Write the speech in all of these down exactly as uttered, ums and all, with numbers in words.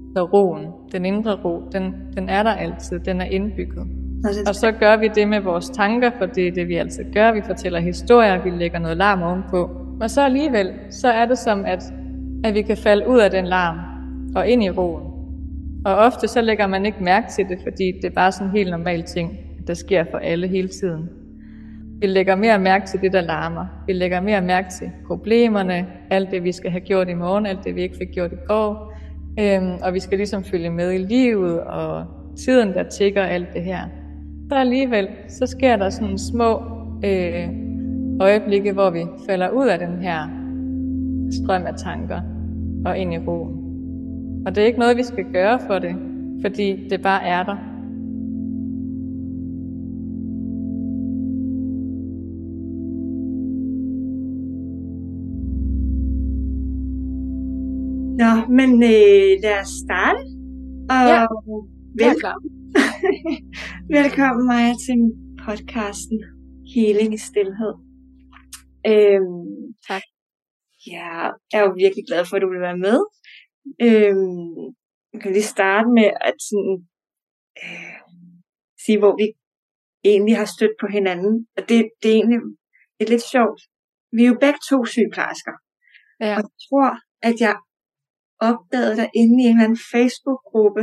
Så roen, den indre ro, den, den er der altid, den er indbygget. Altså, Og så gør vi det med vores tanker, for det er det, vi altid gør. Vi fortæller historier, vi lægger noget larm ovenpå. Og så alligevel, så er det som, at, at vi kan falde ud af den larm og ind i roen. Og ofte så lægger man ikke mærke til det, fordi det er bare sådan en helt normal ting, der sker for alle hele tiden. Vi lægger mere mærke til det, der larmer. Vi lægger mere mærke til problemerne, alt det, vi skal have gjort i morgen, alt det, vi ikke fik gjort i går. Øhm, og vi skal ligesom følge med i livet, og tiden, der tikker alt det her. Så alligevel, så sker der sådan små øh, øjeblikke, hvor vi falder ud af den her strøm af tanker og ind i roen. Og det er ikke noget, vi skal gøre for det, fordi det bare er der. Nå, men øh, lad os starte. Og Ja, velkommen. Velkommen Maja til podcasten Healing i Stilhed. Øhm, tak. Ja, jeg er jo virkelig glad for, at du vil være med. Øhm, jeg kan lige starte med at sådan, øh, sige, hvor vi egentlig har stødt på hinanden. Og det, det er egentlig det er lidt sjovt. Vi er jo begge to sygeplejersker. Ja. Og jeg tror, at jeg opdagede dig inde i en eller anden Facebook-gruppe.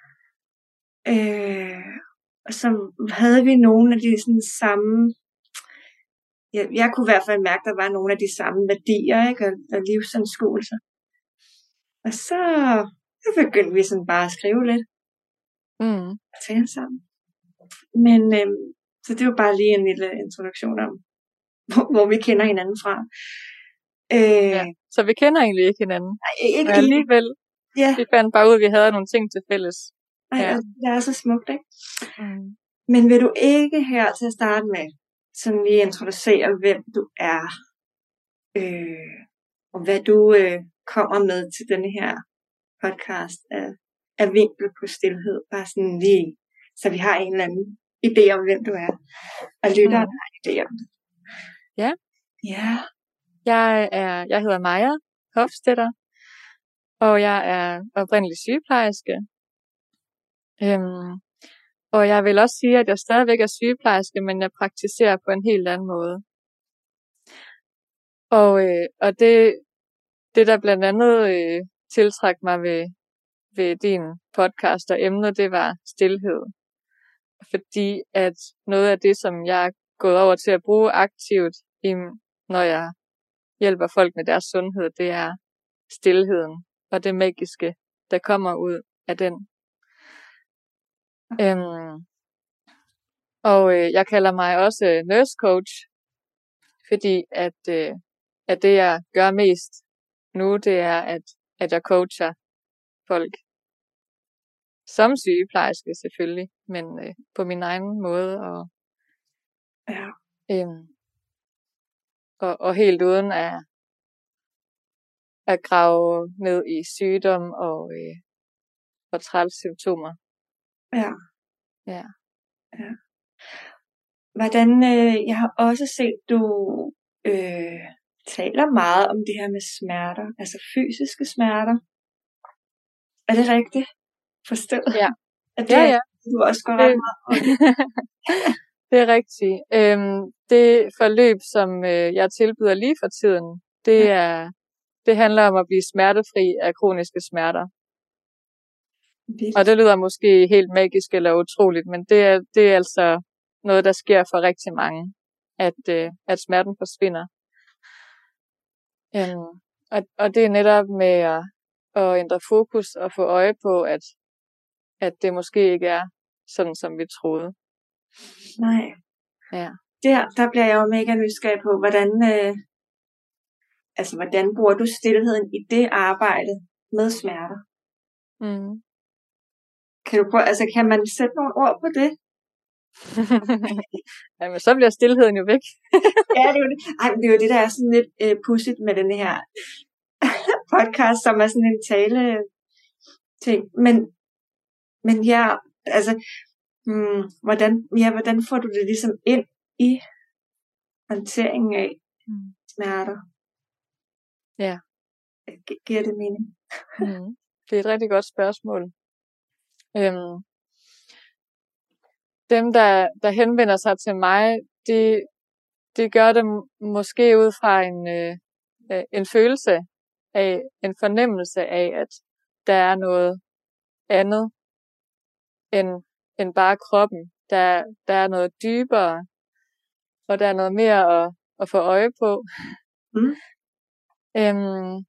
Øh, og så havde vi nogle af de sådan, samme... Jeg, jeg kunne i hvert fald mærke, at der var nogle af de samme værdier, ikke? Og, og livsanskuelser. Og så, så begyndte vi sådan bare at skrive lidt. Mm. Og tale sammen. Men øh, så det var bare lige en lille introduktion om, hvor, hvor vi kender hinanden fra. Øh, Ja. Så vi kender egentlig ikke hinanden. Nej, ikke Men alligevel, ja. vi fandt bare ud, at vi havde nogle ting til fælles. Ej, Ja. det er så smukt, ikke? Mm. Men vil du ikke her til at starte med, sådan lige introducere, hvem du er, øh, og hvad du øh, kommer med til denne her podcast af, af vinkel på stilhed, bare sådan lige, så vi har en eller anden idé om, hvem du er, og lytteren mm. har en idé om det. Ja. Ja. Jeg, er, jeg hedder Maja Hofstetter, og jeg er oprindelig sygeplejerske. Øhm, og jeg vil også sige, at jeg stadigvæk er sygeplejerske, men jeg praktiserer på en helt anden måde. Og, øh, og det, det, der blandt andet øh, tiltrak mig ved, ved din podcast og emnet, det var stilhed. Fordi at noget af det, som jeg er gået over til at bruge aktivt, i, når jeg hjælper folk med deres sundhed, det er stilheden og det magiske, der kommer ud af den. Øhm, og øh, jeg kalder mig også nurse coach, fordi at, øh, at det jeg gør mest nu, det er at, at jeg coacher folk. Som sygeplejerske selvfølgelig, men øh, på min egen måde. Og, Ja. øhm, og, og helt uden at, at grave ned i sygdom og, øh, og træls symptomer. Ja. Ja. Ja. Hvordan, øh, jeg har også set, du øh, taler meget om det her med smerter, altså fysiske smerter. Er det rigtigt forstået? Ja. Er det, Ja, ja. Du også går ret meget om? Det er rigtigt. Øhm, det forløb, som øh, jeg tilbyder lige for tiden, det, Ja. er, det handler om at blive smertefri af kroniske smerter. Vildt. Og det lyder måske helt magisk eller utroligt, men det er, det er altså noget, der sker for rigtig mange, at, øh, at smerten forsvinder. Øhm, og, og det er netop med at, at ændre fokus og få øje på, at, at det måske ikke er sådan, som vi troede. Nej. Ja. Der, der bliver jeg jo mega nysgerrig på, hvordan, øh, altså, hvordan bruger du stilheden i det arbejde med smerter? Mm. Kan du prøve, altså, kan man sætte nogle ord på det? Jamen, så bliver stilheden jo væk. Ja, det er jo det. Ej, men det er jo det, der er sådan lidt øh, pudsigt med den her podcast, som er sådan en tale ting. Men, men ja, altså, hmm, hvordan, ja, hvordan får du det ligesom ind i håndteringen af mm. smerter? Ja. G- giver det mening? mm. Det er et rigtig godt spørgsmål. Øhm, dem, der, der henvender sig til mig, de, de gør det måske ud fra en, øh, en følelse af, en fornemmelse af, at der er noget andet end, end bare kroppen. Der, der er noget dybere, og der er noget mere at, at få øje på. Mm. øhm,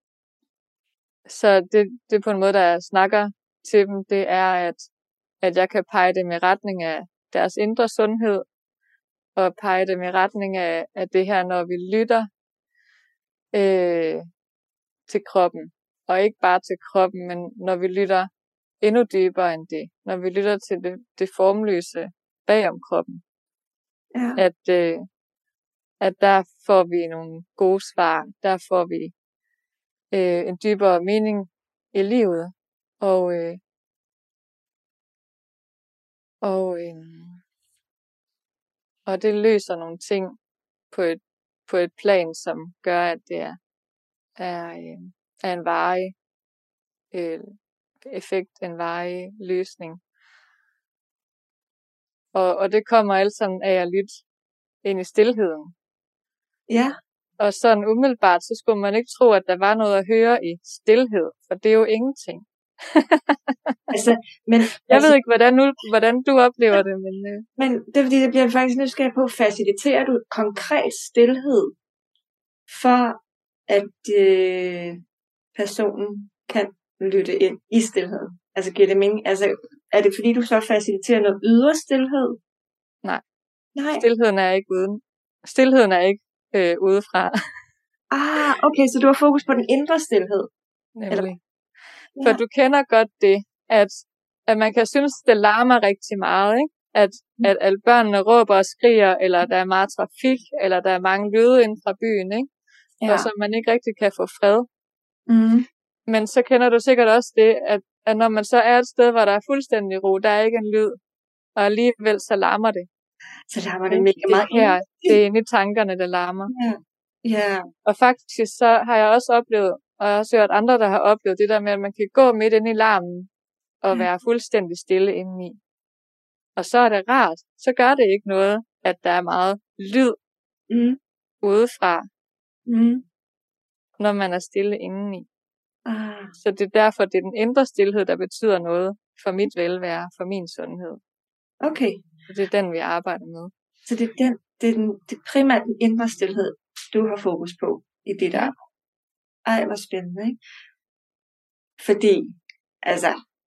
så det, det på en måde, der snakker til dem, det er, at, at jeg kan pege dem i retning af deres indre sundhed, og pege dem i retning af, af det her, når vi lytter øh, til kroppen. Og ikke bare til kroppen, men når vi lytter endnu dybere end det. Når vi lytter til det, det formløse bagom kroppen. Ja. At, øh, at der får vi nogle gode svar. Der får vi øh, en dybere mening i livet. Og, øh, og, øh, og det løser nogle ting på et, på et plan, som gør, at det er, er, øh, er en varig øh, effekt, en varig løsning. Og, og det kommer alt sammen af at lytte ind i stilheden. Ja. Og sådan umiddelbart, så skulle man ikke tro, at der var noget at høre i stilhed, for det er jo ingenting. altså, men, jeg altså, ved ikke, hvordan, nu, hvordan du oplever det, men... Øh... Men det er fordi, det bliver faktisk nysgerrig på, faciliterer du konkret stilhed, for at øh, personen kan lytte ind i stilheden? Altså giver det mening? Altså, er det fordi, du så faciliterer noget ydre stilhed? Nej. Nej. Stilheden er ikke uden. Stilheden er ikke øh, udefra. ah, okay, så du har fokus på den indre stilhed. Nemlig. Eller? For Ja. du kender godt det, at, at man kan synes, det larmer rigtig meget, ikke? At, mm. at, at børnene råber og skriger, eller der er meget trafik, eller der er mange lyde inden fra byen, ikke? Ja. Og så man ikke rigtig kan få fred. Mm. Men så kender du sikkert også det, at, at når man så er et sted, hvor der er fuldstændig ro, der er ikke en lyd, og alligevel så larmer det. Så larmer det mega det meget. Her, det er inde i tankerne, der larmer. Ja. Ja. Og faktisk så har jeg også oplevet, og jeg har også hørt andre, der har oplevet det der med, at man kan gå midt inde i larmen, og være fuldstændig stille indeni. Og så er det rart. Så gør det ikke noget, at der er meget lyd mm. udefra, mm. når man er stille indeni. Ah. Så det er derfor, det er den indre stillhed, der betyder noget for mit velvære, for min sundhed. Okay. Så det er den, vi arbejder med. Så det er, den, det er, den, det er primært den indre stillhed, du har fokus på i det der. Ej, hvor spændende, ikke? Fordi, altså,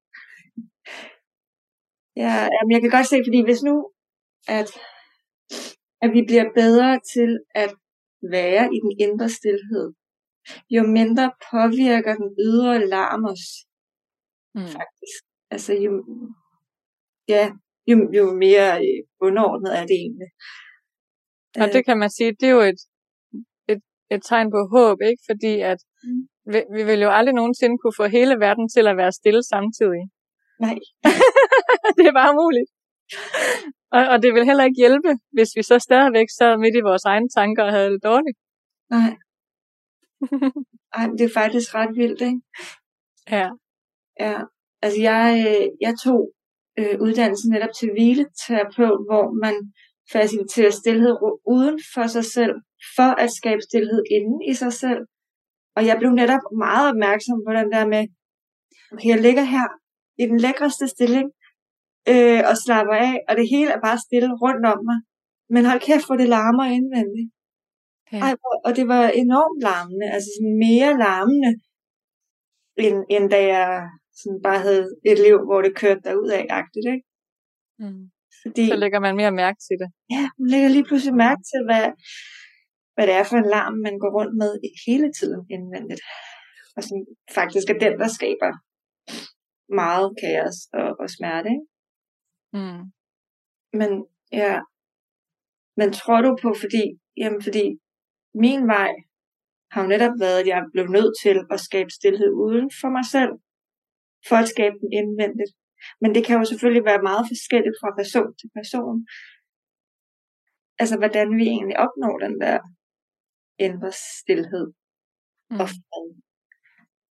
ja, jamen, jeg kan godt se, fordi hvis nu, at, at vi bliver bedre til at være i den indre stilhed, jo mindre påvirker den ydre larm os, mm. faktisk. Altså, jo, ja, jo, jo mere underordnet er det egentlig. Og det kan man sige, det er jo et, et, et tegn på håb, ikke? Fordi at mm. vi, vi vil jo aldrig nogensinde kunne få hele verden til at være stille samtidig. Nej. Det er bare umuligt. Og, og det vil heller ikke hjælpe, hvis vi så stadigvæk sad midt i vores egne tanker og havde det dårligt. Nej. Ej, det er faktisk ret vildt, ikke? Ja. Ja. Altså, jeg, jeg tog øh, uddannelsen netop til hvileterapeut, hvor man faciliterer stilhed uden for sig selv, for at skabe stilhed inden i sig selv. Og jeg blev netop meget opmærksom på den der med, okay, jeg ligger her i den lækreste stilling, øh, og slapper af, og det hele er bare stille rundt om mig. Men hold kæft, hvor det larmer indvendigt. Ja. Ej, og det var enormt larmende, altså sådan mere larmende, end, end da jeg sådan bare havde et liv, hvor det kørte derudad-agtigt, ikke? Mm. Fordi, så lægger man mere mærke til det. Ja, man lægger lige pludselig mærke til, hvad, hvad det er for en larm, man går rundt med hele tiden indvendigt. Og som faktisk er den, der skaber meget kaos og, og smerte, ikke? Mm. Men ja, men tror du på, fordi, jamen fordi min vej har jo netop været, at jeg blev nødt til at skabe stilhed uden for mig selv, for at skabe den indvendigt. Men det kan jo selvfølgelig være meget forskelligt fra person til person. Altså, hvordan vi egentlig opnår den der indre stilhed mm. og fred.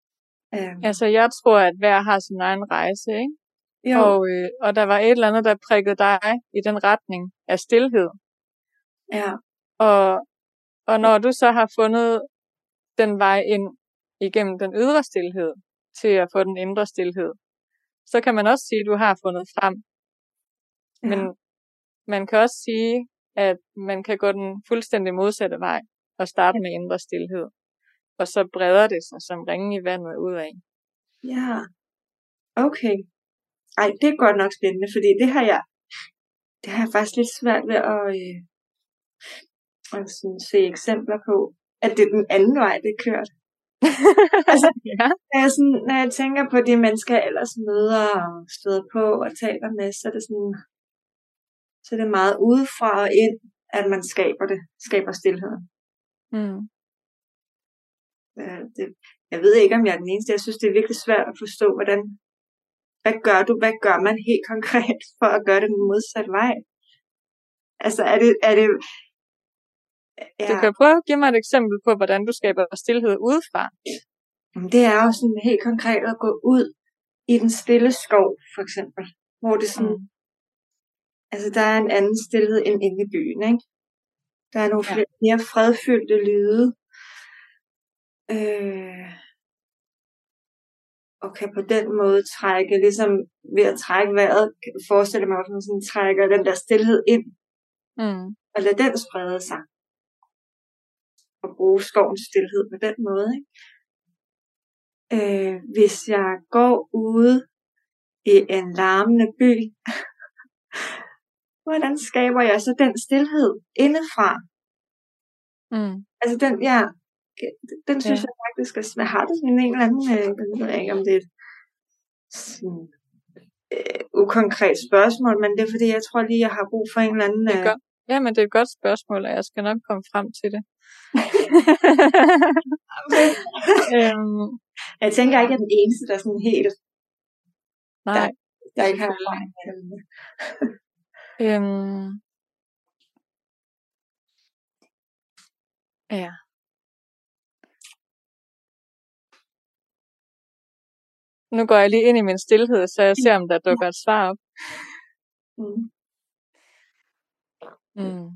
Øhm, Altså, jeg tror, at hver har sin egen rejse, ikke? jo, Og, øh, og der var et eller andet, der prikkede dig i den retning af stilhed. ja, Og, og når du så har fundet den vej ind igennem den ydre stilhed til at få den indre stilhed, så kan man også sige, at du har fundet frem. ja, Men man kan også sige, at man kan gå den fuldstændig modsatte vej og starte med indre stilhed. Og så breder det sig som ringe i vandet ud af. ja, okay. Ej, det er godt nok spændende, fordi det har jeg, det har jeg faktisk lidt svært ved at, øh, at sådan se eksempler på, at det er den anden vej, det er kørt. Altså, ja. når jeg, sådan, når jeg tænker på de mennesker, jeg ellers møder og støder på og taler med, så er det sådan, så er det meget udefra og ind, at man skaber det, skaber stilheden. Mm. Øh, det, jeg ved ikke, om jeg er den eneste. Jeg synes, det er virkelig svært at forstå, hvordan, hvad gør du, hvad gør man helt konkret for at gøre det den modsatte vej? Altså, er det, er det, ja, Du kan prøve at give mig et eksempel på, hvordan du skaber stillhed udefra. det er jo sådan helt konkret at gå ud i den stille skov, for eksempel, hvor det sådan, Mm. altså der er en anden stillhed end inde i byen, ikke? Der er nogle Ja. flere, mere fredfyldte lyde, øh, og kan på den måde trække, ligesom ved at trække vejret, forestiller mig, at man sådan trækker den der stillhed ind, Mm. og lade den sprede sig, og bruge skovens stillhed på den måde, ikke? Øh, hvis jeg går ude i en larmende by, hvordan skaber jeg så den stillhed indefra? Mm. Altså den, ja, den synes Ja. jeg faktisk er svært. Har det sådan en eller anden, øh, jeg ved ikke om det er et sådan, øh, ukonkret spørgsmål, men det er fordi, jeg tror lige, jeg har brug for en eller anden... Det er Øh, godt. Ja, men det er et godt spørgsmål, og jeg skal nok komme frem til det. øhm, jeg tænker ikke, at jeg er den eneste, der er sådan helt... nej, Der, der ikke har selvfølgelig. erfaring med det. Øhm, ja. Nu går jeg lige ind i min stilhed, så jeg ser, om der dukker et svar op. Mm. Mm.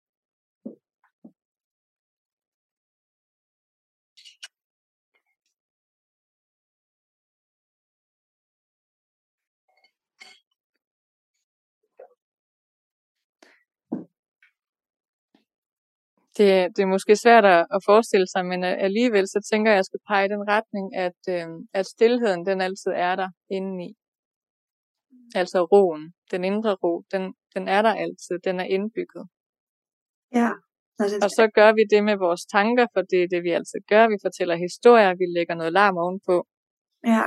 Det, det er måske svært at, at forestille sig, men alligevel så tænker jeg, at jeg skal pege i den retning, at, øh, at stilheden den altid er der indeni. Altså roen, den indre ro, den, den er der altid, den er indbygget. Ja. Altså, Og så gør vi det med vores tanker, for det er det, vi altid gør. Vi fortæller historier, vi lægger noget larm ovenpå. ja.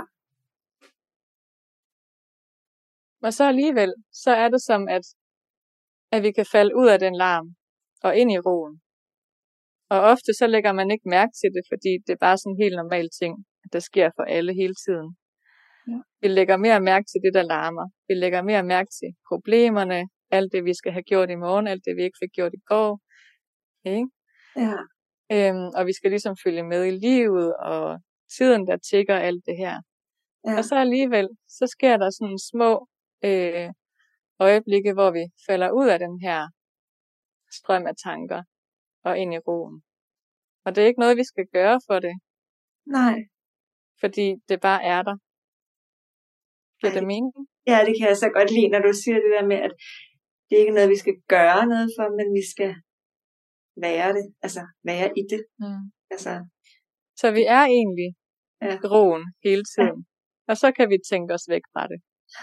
Og så alligevel, så er det som, at, at vi kan falde ud af den larm og ind i roen. Og ofte så lægger man ikke mærke til det, fordi det er bare sådan en helt normal ting, at der sker for alle hele tiden. Ja. Vi lægger mere mærke til det, der larmer. Vi lægger mere mærke til problemerne, alt det, vi skal have gjort i morgen, alt det, vi ikke fik gjort i går. Ikke? Ja. Øhm, og vi skal ligesom følge med i livet, og tiden, der tikker alt det her. Ja. Og så alligevel, så sker der sådan små øh, øjeblikke, hvor vi falder ud af den her strøm af tanker og ind i roen. Og det er ikke noget, vi skal gøre for det, Nej. fordi det bare er der. Giver Ej, det mening? Ja, det kan jeg så godt lide, når du siger det der med, at det er ikke noget, vi skal gøre noget for, men vi skal være det. Altså, være i det. Mm. Altså, Så vi er egentlig ja. roen hele tiden. Ja. Og så kan vi tænke os væk fra det.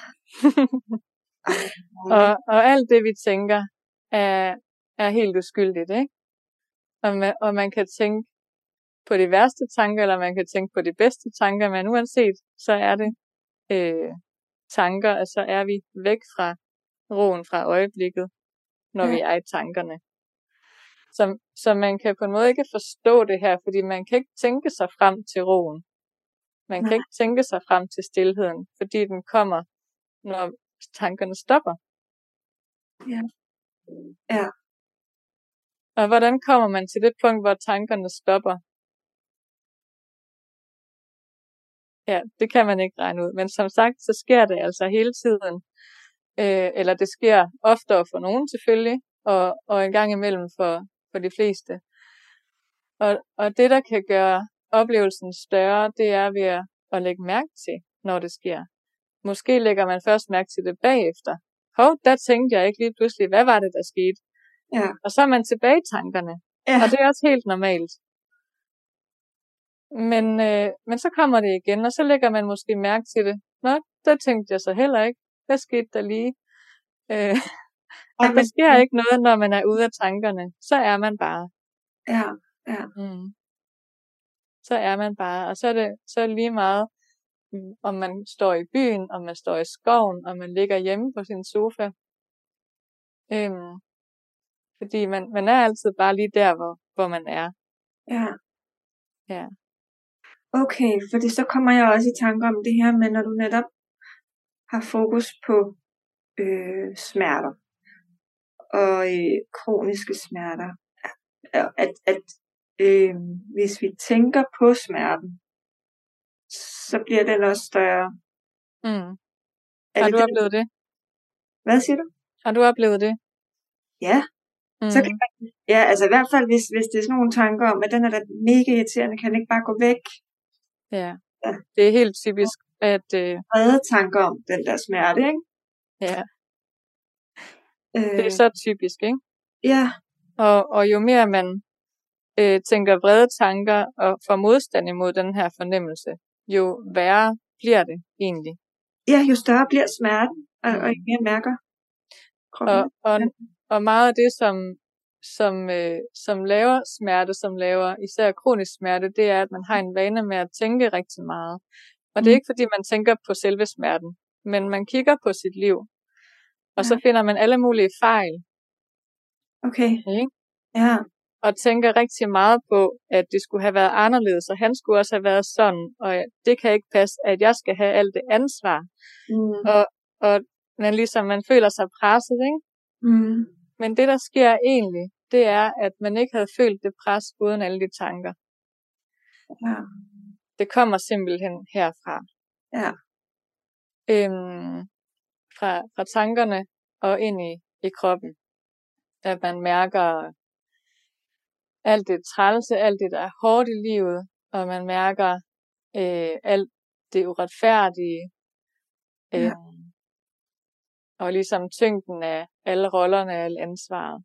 Ej, og, og alt det, vi tænker, er, er helt uskyldigt, ikke? Og man, og man kan tænke på de værste tanker, eller man kan tænke på de bedste tanker, men uanset, så er det øh, tanker, og så er vi væk fra roen, fra øjeblikket, når Ja. vi er i tankerne. Så, så man kan på en måde ikke forstå det her, fordi man kan ikke tænke sig frem til roen. Man kan Nej. ikke tænke sig frem til stilheden, fordi den kommer, når tankerne stopper. Ja. Ja. Og hvordan kommer man til det punkt, hvor tankerne stopper? Ja, det kan man ikke regne ud. Men som sagt, så sker det altså hele tiden. Øh, eller det sker oftere for nogen selvfølgelig, og, og en gang imellem for, for de fleste. Og, og det, der kan gøre oplevelsen større, det er ved at, at lægge mærke til, når det sker. Måske lægger man først mærke til det bagefter. Hov, der tænkte jeg ikke lige pludselig, hvad var det, der skete? Ja. Og så er man tilbage i tankerne. Ja. Og det er også helt normalt. Men, øh, men så kommer det igen, og så lægger man måske mærke til det. Nå, der tænkte jeg så heller ikke. Hvad skete der lige? Øh, at der sker ikke noget, når man er ude af tankerne. Så er man bare. Ja, ja. Mm. Så er man bare. Og så er det, så er det lige meget, om man står i byen, om man står i skoven, om man ligger hjemme på sin sofa. Øhm, fordi man, man er altid bare lige der, hvor, hvor man er. Ja. Ja. Okay, fordi så kommer jeg også i tanke om det her med, når du netop har fokus på øh, smerter og øh, kroniske smerter. At, at øh, hvis vi tænker på smerten, så bliver den også større. Mm. Er Har det du det? oplevet det? Hvad siger du? Har du oplevet det? Ja. Mm. Så kan man, ja, altså i hvert fald, hvis, hvis det er sådan nogle tanker om, at den er da mega irriterende, kan den ikke bare gå væk. Ja. Ja. Det er helt typisk, at... Øh, Brede tanker om den der smerte, ikke? ja. Øh, Det er så typisk, ikke? ja. Og, og jo mere man øh, tænker vrede tanker og får modstand imod den her fornemmelse, jo værre bliver det egentlig. Ja, jo større bliver smerten, og, Mm. og jo mere mærker kroppen. Og, og, og meget af det, som, som, øh, som laver smerte, som laver især kronisk smerte, det er, at man har en vane med at tænke rigtig meget. Og det er Mm. ikke, fordi man tænker på selve smerten, men man kigger på sit liv, og Ja. så finder man alle mulige fejl, Okay, ikke? ja. Og tænker rigtig meget på, at det skulle have været anderledes, og han skulle også have været sådan, og det kan ikke passe, at jeg skal have alt det ansvar. Mm. Og, og man ligesom, man føler sig presset, ikke? Mm. Men det, der sker egentlig, det er, at man ikke havde følt det pres uden alle de tanker. Ja. Det kommer simpelthen herfra. Ja. Øhm, fra, fra tankerne og ind i, i kroppen. At man mærker alt det trælse, alt det, der er hårdt i livet, og man mærker øh, alt det uretfærdige, øh, Ja. og ligesom tyngden af alle rollerne og alle ansvaret.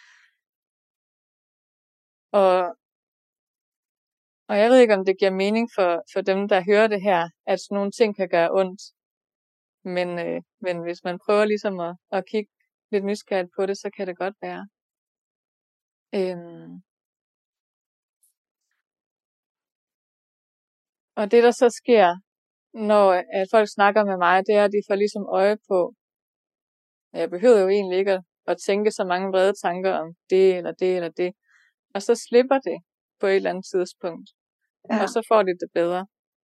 Og, og jeg ved ikke, om det giver mening for, for dem, der hører det her, at sådan nogle ting kan gøre ondt. Men, øh, men hvis man prøver ligesom at, at kigge lidt nysgerrigt på det, så kan det godt være. Øhm. Og det, der så sker, når at folk snakker med mig, det er, at de får ligesom øje på, jeg behøver jo egentlig ikke at, at tænke så mange brede tanker om det, eller det, eller det. Og så slipper det på et eller andet tidspunkt. Ja. Og så får de det bedre.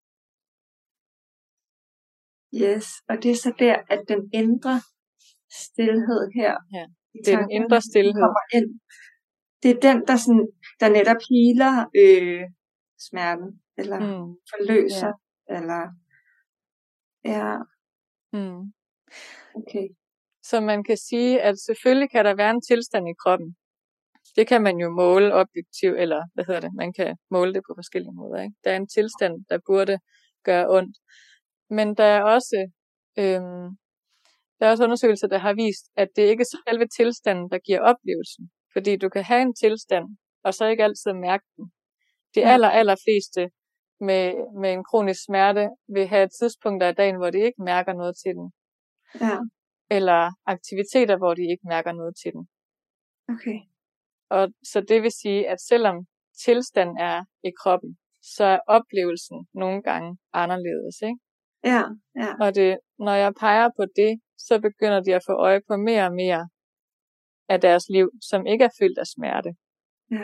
Yes, og det er så der, at den indre stilhed her, Ja, i det er den tankerne, indre stilhed. kommer ind. Det er den, der, sådan, der netop healer øh, smerten, eller Mm. forløser, eller ja, Mm. okay. Så man kan sige, at selvfølgelig kan der være en tilstand i kroppen. Det kan man jo måle objektivt, eller hvad hedder det, man kan måle det på forskellige måder. Ikke? Der er en tilstand, der burde gøre ondt. Men der er også, øhm, der er også undersøgelser, der har vist, at det ikke er selve tilstanden, der giver oplevelsen. Fordi du kan have en tilstand, og så ikke altid mærke den. De Ja. aller, aller fleste med, med en kronisk smerte vil have tidspunkter i dagen, hvor de ikke mærker noget til den. Ja, Eller aktiviteter, hvor de ikke mærker noget til den. okay. Og så det vil sige, at selvom tilstanden er i kroppen, så er oplevelsen nogle gange anderledes, ikke? Ja, ja, Og det, når jeg peger på det, så begynder de at få øje på mere og mere af deres liv, som ikke er fyldt af smerte. ja,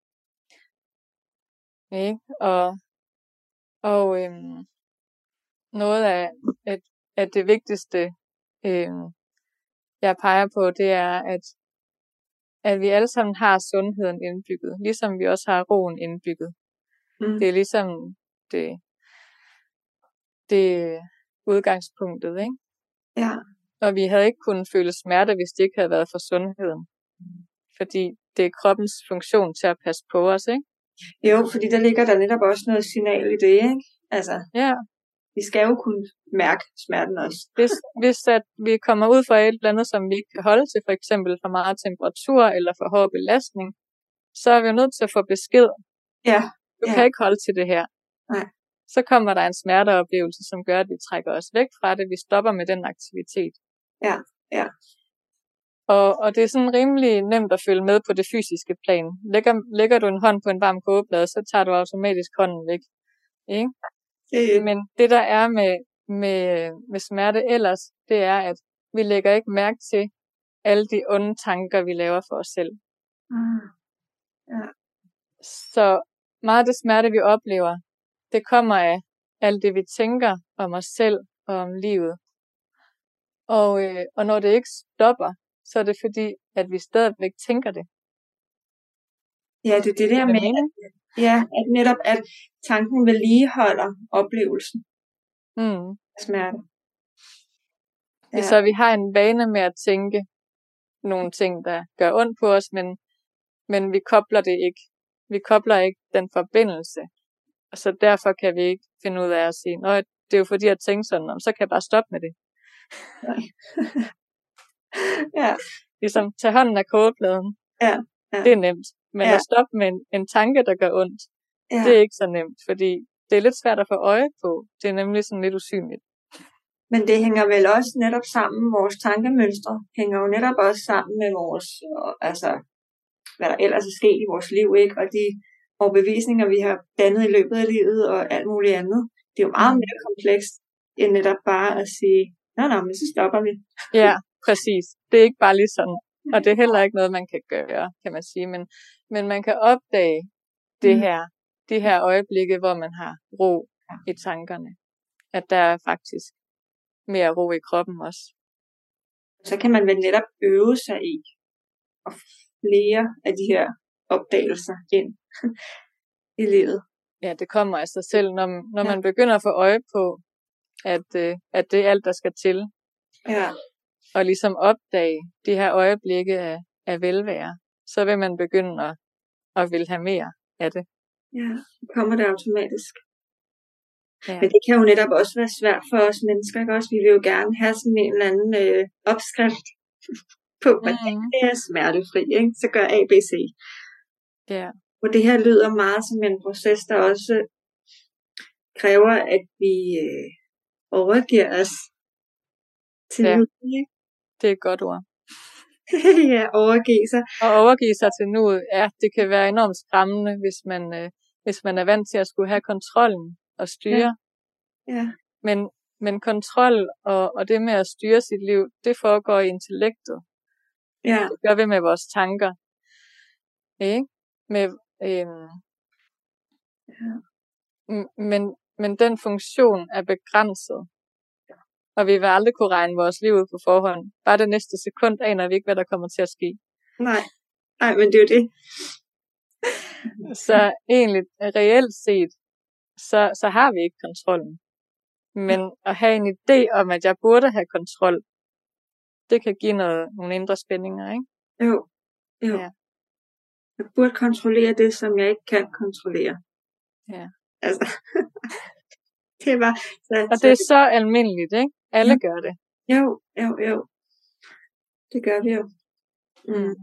Ikke? Og, og øhm, noget af, af, af det vigtigste, øhm, jeg peger på, det er, at, at vi alle sammen har sundheden indbygget, ligesom vi også har roen indbygget. mm. Det er ligesom det, det udgangspunktet, ikke? Ja. Og vi havde ikke kunnet føle smerte, hvis det ikke havde været for sundheden. Fordi det er kroppens funktion til at passe på os, ikke? Jo, fordi der ligger der netop også noget signal i det, ikke? Altså, ja. Vi skal jo kunne mærke smerten også. Hvis, hvis at vi kommer ud fra et eller andet, som vi ikke kan holde til, for eksempel for meget temperatur eller for hård belastning, så er vi jo nødt til at få besked. Ja. Du ja. kan ikke holde til det her. Nej. Så kommer der en smerteoplevelse, som gør, at vi trækker os væk fra det. Vi stopper med den aktivitet. Ja, ja. Og, og det er sådan rimelig nemt at følge med på det fysiske plan. Lægger, lægger du en hånd på en varm kogeplade, så tager du automatisk hånden væk. Ikke? Det... Men det der er med, med, med smerte ellers, det er, at vi lægger ikke mærke til alle de onde tanker, vi laver for os selv. Mm. Ja. Så meget af det smerte, vi oplever, det kommer af alt det, vi tænker om os selv og om livet. Og, øh, og når det ikke stopper, så er det fordi, at vi stadigvæk tænker det. Ja, det er det der med, at, ja, at netop at tanken vedligeholder oplevelsen mm. af smerte. Ja. Så vi har en vane med at tænke nogle ting, der gør ondt på os, men, men vi kobler det ikke. Vi kobler ikke den forbindelse. Og så derfor kan vi ikke finde ud af at sige, nå, det er jo fordi, jeg tænker sådan, så kan jeg bare stoppe med det. Ja. Ligesom tage hånden af kogepladen. Ja. Ja. Det er nemt. Men ja. at stoppe med en, en tanke, der gør ondt, ja. Det er ikke så nemt, fordi det er lidt svært at få øje på. Det er nemlig sådan lidt usynligt. Men det hænger vel også netop sammen, vores tankemønstre hænger jo netop også sammen med vores, altså, hvad der ellers er sket i vores liv, ikke? Og de overbevisninger, vi har dannet i løbet af livet og alt muligt andet. Det er jo meget mere komplekst, end netop bare at sige, nej, nej, men så stopper vi. Ja, præcis. Det er ikke bare lige sådan. Og det er heller ikke noget, man kan gøre, kan man sige. Men, men man kan opdage det her, de her øjeblikke, hvor man har ro i tankerne. At der er faktisk mere ro i kroppen også. Så kan man vel netop øve sig i at flere af de her opdagelser ind i livet. Ja, det kommer af sig selv, når, når ja. man begynder at få øje på, at, at det er alt, der skal til. Ja. Og ligesom opdage de her øjeblikke af, af velvære, så vil man begynde at, at vil have mere af det. Ja, det kommer det automatisk. Ja. Men det kan jo netop også være svært for os mennesker, ikke også? Vi vil jo gerne have sådan en eller anden øh, opskrift på, hvordan mm. det er smertefri, ikke? Så gør A, B, C. Ja. Og det her lyder meget som en proces, der også kræver, at vi øh, overgiver os til ja. nuet, ikke? Det er et godt ord. Ja, overgive sig. Og overgive sig til nuet, ja, det kan være enormt skræmmende, hvis man, øh, hvis man er vant til at skulle have kontrollen og styre. Ja. Ja. Men, men kontrol og, og det med at styre sit liv, det foregår i intellektet. Ja. Det gør vi med vores tanker. Ikke? Med, øhm, ja. men, men den funktion er begrænset. Og vi vil aldrig kunne regne vores liv ud på forhånd. Bare det næste sekund aner vi ikke, hvad der kommer til at ske. Nej, Nej men det er jo det. Så egentlig, reelt set, så, så har vi ikke kontrollen. Men at have en idé om, at jeg burde have kontrol, det kan give noget, nogle indre spændinger, ikke? Jo, jo. Ja. Jeg burde kontrollere det, som jeg ikke kan kontrollere. Ja. Altså, det var... Så, og det er så almindeligt, ikke? Alle ja. gør det. Jo, jo, jo. Det gør vi jo. Mm.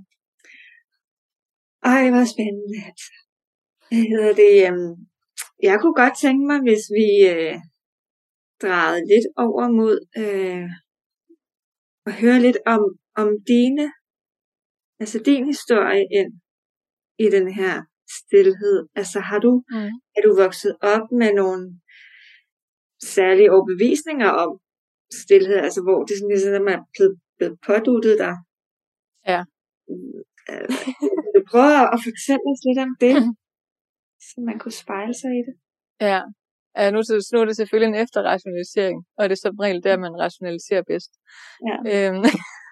Ej, hvor spændende. Hvad hedder det? Um, jeg kunne godt tænke mig, hvis vi øh, drejede lidt over mod øh, at høre lidt om, om dine, altså din historie ind i den her stilhed. Altså har du, mm. er du vokset op med nogle særlige overbevisninger om stilhed, altså hvor det sådan ligesom er blevet, blevet påduttet dig? Ja. Vil du prøve at fortælle os lidt om det, så man kunne spejle sig i det? Ja, ja nu, nu er det selvfølgelig en efterrationalisering, og det er som regel der, man rationaliserer bedst. Ja. Øhm,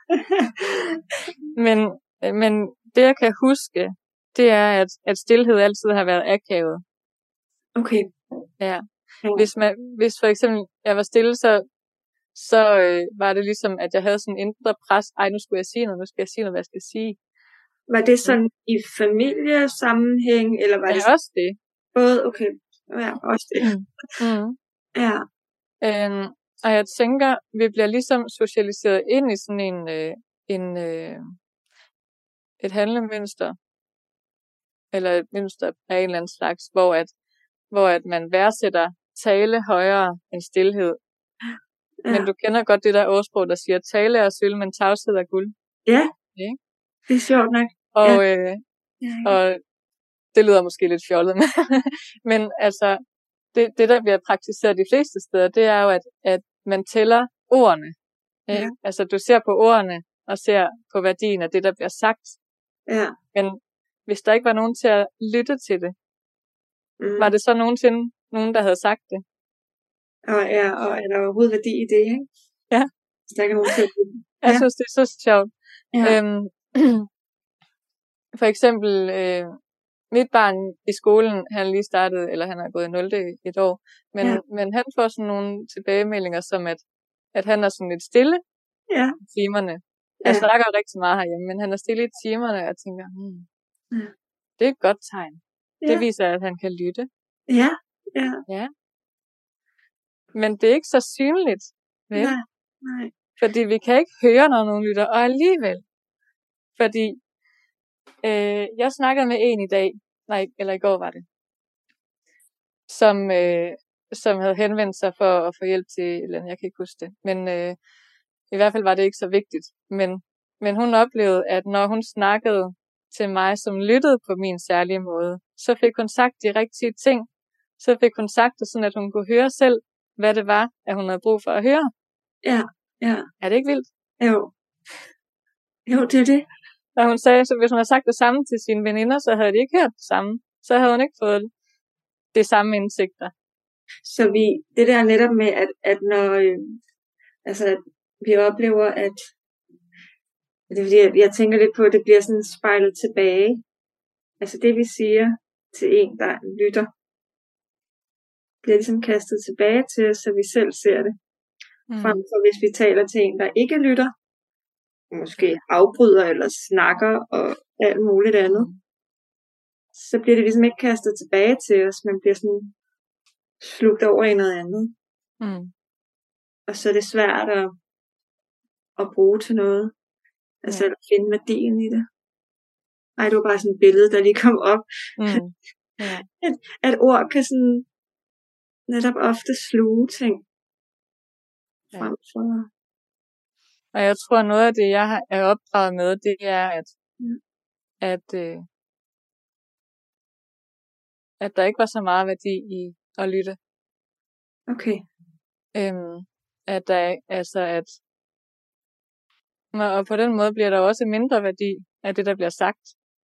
men, men det jeg kan huske, det er, at, at stilhed altid har været akavet. Okay. Ja, Ja. Hvis, man, hvis for eksempel jeg var stille, så, så øh, var det ligesom, at jeg havde sådan en indre pres. Ej, nu skulle jeg sige noget, nu skal jeg sige noget, hvad jeg skal sige. Var det sådan i familiesammenhæng, eller var Ja, det sådan også det. både, okay, ja, også det. Mm. Ja, Øhm, og jeg tænker, vi bliver ligesom socialiseret ind i sådan en, øh, en øh, et handlemønster, eller et mønster af en eller anden slags, hvor at, hvor at man værdsætter tale højere end stilhed. ja, Men du kender godt det der ordsprog, der siger, tale er sølv, men tavshed er guld. ja, Ikke? det er sjovt nok. Og, Ja. øh, Ja, og det lyder måske lidt fjollet, men, men altså, det, det der bliver praktiseret de fleste steder, det er jo, at, at man tæller ordene. Ikke? Ja. Altså, du ser på ordene, og ser på værdien af det, der bliver sagt. ja. Men hvis der ikke var nogen til at lytte til det, Mm. var det så nogensinde nogen, der havde sagt det? Og, ja, og er der overhovedet værdi i det, ikke? Ja. Hvis der ikke er nogen til at Jeg Ja. synes, det er så sjovt. Ja. Øhm, for eksempel, øh, mit barn i skolen, han er lige startet, eller han har gået i nul et år, men, Ja. men han får sådan nogle tilbagemeldinger, som at, at han er sådan lidt stille Ja. i timerne. Jeg Ja. snakker rigtig meget herhjemme, men han er stille i timerne, og jeg tænker, hmm, Ja. det er et godt tegn. Det Ja. viser, at han kan lytte. Ja. Ja. Ja. Men det er ikke så synligt, vel? Nej. Nej. Fordi vi kan ikke høre, når nogen lytter, og alligevel. Fordi øh, jeg snakkede med en i dag, nej, eller i går var det, som, øh, som havde henvendt sig for at få hjælp til et eller andet, jeg kan ikke huske det. Men øh, i hvert fald var det ikke så vigtigt. Men, men hun oplevede, at når hun snakkede til mig, som lyttede på min særlige måde, så fik hun sagt de rigtige ting. Så fik hun sagt det sådan, at hun kunne høre selv, hvad det var, at hun havde brug for at høre. Ja. Ja. Er det ikke vildt? Jo. Jo, det er det. Og hun sagde, så hvis hun havde sagt det samme til sine veninder, så havde de ikke hørt det samme. Så havde hun ikke fået det samme indsigter. Så vi, det der netop med, at, at når, øh, altså, at vi oplever, at, det er fordi, at jeg tænker lidt på, at det bliver sådan spejlet tilbage. Altså det, vi siger til en, der lytter, bliver ligesom kastet tilbage til os, så vi selv ser det. Mm. Frem for hvis vi taler til en, der ikke lytter, måske afbryder eller snakker og alt muligt andet, så bliver det ligesom ikke kastet tilbage til os, man bliver sådan slugt over i noget andet. Mm. Og så er det svært at, at bruge til noget. Altså Ja. at finde værdien i det. Ej, det var bare sådan et billede, der lige kom op. Mm. Ja. at, at ord kan sådan netop ofte sluge ting. Ja. Frem for... Og jeg tror, noget af det, jeg har- er opdraget med, det er, at, Ja. at, øh, at der ikke var så meget værdi i at lytte. Okay. Øhm, at der, altså at, og på den måde bliver der også mindre værdi af det, der bliver sagt.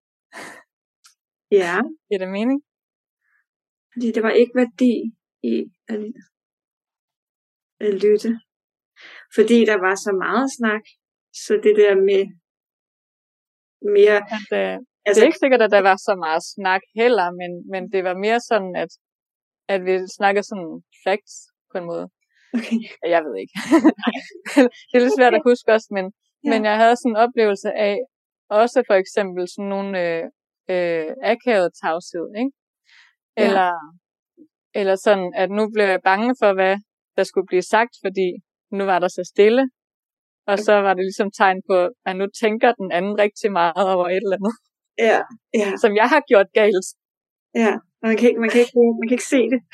Ja, Giver det mening? fordi der var ikke værdi i at, at lytte. Fordi der var så meget snak. Så det der med mere... At, øh, det Altså, er ikke sikkert, at der var så meget snak heller, men, men det var mere sådan, at, at vi snakkede sådan facts på en måde. okay. Jeg ved ikke. Det er lidt svært at huske også, men, Ja. men jeg havde sådan en oplevelse af, også for eksempel sådan nogle øh, øh, akavet tavshed, ikke? Ja. Eller, eller sådan, at nu blev jeg bange for, hvad der skulle blive sagt, fordi nu var der så stille. Og så var det ligesom tegn på, at nu tænker den anden rigtig meget over et eller andet, Ja, ja, som jeg har gjort galt. ja. Og man kan ikke, man kan ikke, man kan ikke se det.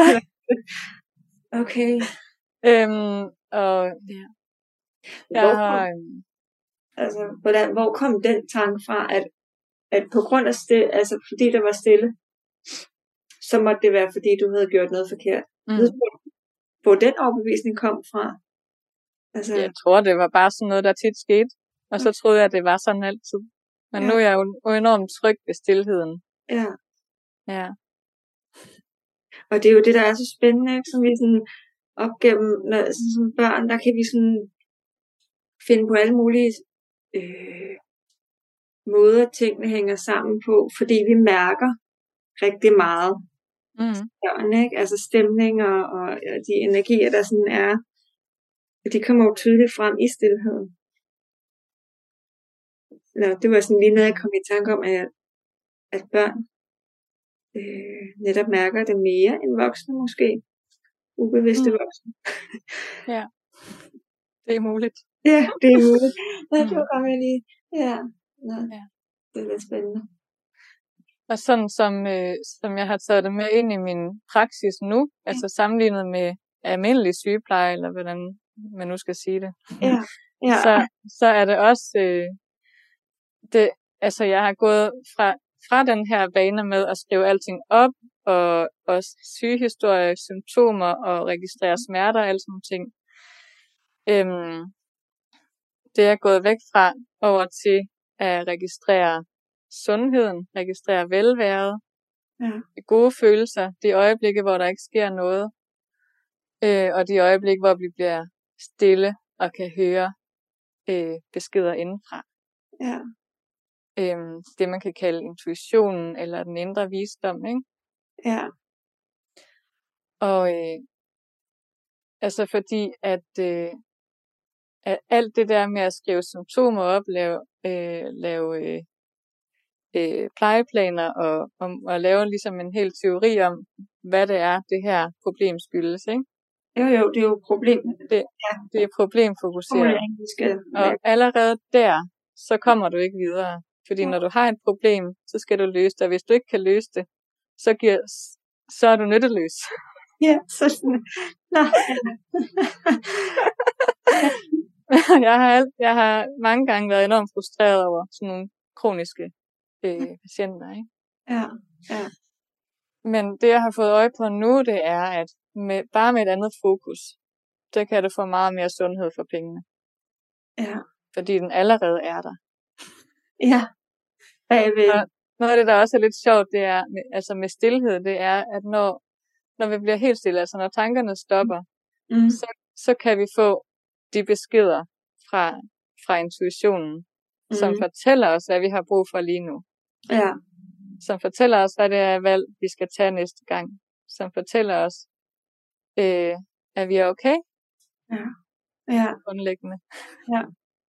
Okay. Øhm, og ja, jeg Hvor har, kom, øhm, altså, hvordan, hvor kom den tanke fra, at, at på grund af stille, altså fordi der var stille, så måtte det være, fordi du havde gjort noget forkert. mm, Ved du, hvor den overbevisning kom fra? Altså, jeg tror, det var bare sådan noget, der tit skete. Og så troede jeg, at det var sådan altid. Men Ja. nu er jeg jo jo enormt tryg ved stilheden. ja. Ja. Og det er jo det, der er så spændende, ikke? Som vi sådan op gennem, når, sådan, som børn, der kan vi sådan finde på alle mulige øh, måder, tingene hænger sammen på, fordi vi mærker rigtig meget. Mm. Sådan, ikke? Altså stemninger og, og de energier, der sådan er, de kommer jo tydeligt frem i stilheden. Nå, det var sådan lige noget, jeg kom i tanke om, at, at børn øh, netop mærker det mere end voksne måske. Ubevidste Mm. voksne. Ja, det er muligt. Ja, det er muligt. Ja, det Mm. var godt lige. Ja, Nå, Ja. det er lidt spændende. Og sådan som, øh, som jeg har taget det med ind i min praksis nu, altså sammenlignet med almindelig sygepleje, eller hvordan man nu skal sige det, Ja, ja. så, så er det også, øh, det, altså jeg har gået fra, fra den her vane med at skrive alting op, og, og sygehistorie, symptomer, og registrere smerter og alle sådan nogle ting. Øhm, det er gået væk fra over til at registrere sundheden, registrere velværet, Ja. gode følelser, de øjeblikke, hvor der ikke sker noget, øh, og de øjeblikke, hvor vi bliver stille og kan høre øh, beskeder indenfra. Ja. Øhm, det man kan kalde intuitionen, eller den indre visdom, ikke? Ja. Og øh, altså fordi, at, øh, at alt det der med at skrive symptomer op, lave, øh, lave øh, øh, plejeplaner og, og, og lave ligesom en hel teori om, hvad det er, det her problem skyldes, ikke? Jo, jo, det er jo problem. Det, Ja. det er problemfokuseret. Formulering, vi skal Og lave. allerede der, så kommer du ikke videre. Fordi Ja. når du har et problem, så skal du løse det. Og hvis du ikke kan løse det, så, giver, så er du nytteløs. Ja, så sådan. Nå. jeg, har, alt- jeg har mange gange været enormt frustreret over sådan nogle kroniske øh, patienter. Ikke? Ja, ja, Men det, jeg har fået øje på nu, det er, at med, bare med et andet fokus, så kan du få meget mere sundhed for pengene. ja, Fordi den allerede er der. ja. Bagved. Og noget af det, der også er lidt sjovt, det er, med, altså med stillhed, det er, at når, når vi bliver helt stille, altså når tankerne stopper, Mm. så, så kan vi få de beskeder fra, fra intuitionen, mm. som Mm. fortæller os, hvad vi har brug for lige nu. Ja, Som fortæller os, hvad det er valg, vi skal tage næste gang. Som fortæller os, øh, at vi er okay, ja, ja, grundlæggende. ja.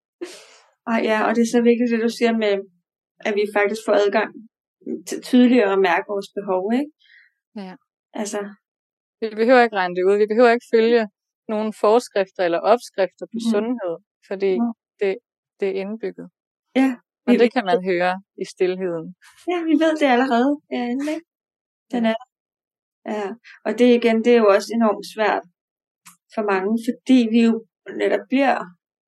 Og ja, og det er så vigtigt, det du siger med, at vi faktisk får adgang til tydeligere at mærke vores behov, ikke? Ja. Altså, Vi behøver ikke regne det ud. Vi behøver ikke følge nogle forskrifter eller opskrifter på Mhm. sundhed, fordi Mhm. det, det er indbygget. ja, Og vi, det kan man høre i stilheden. ja, vi ved det allerede. Ja, ikke? Den er der. Ja, og det igen, det er jo også enormt svært for mange, fordi vi jo netop bliver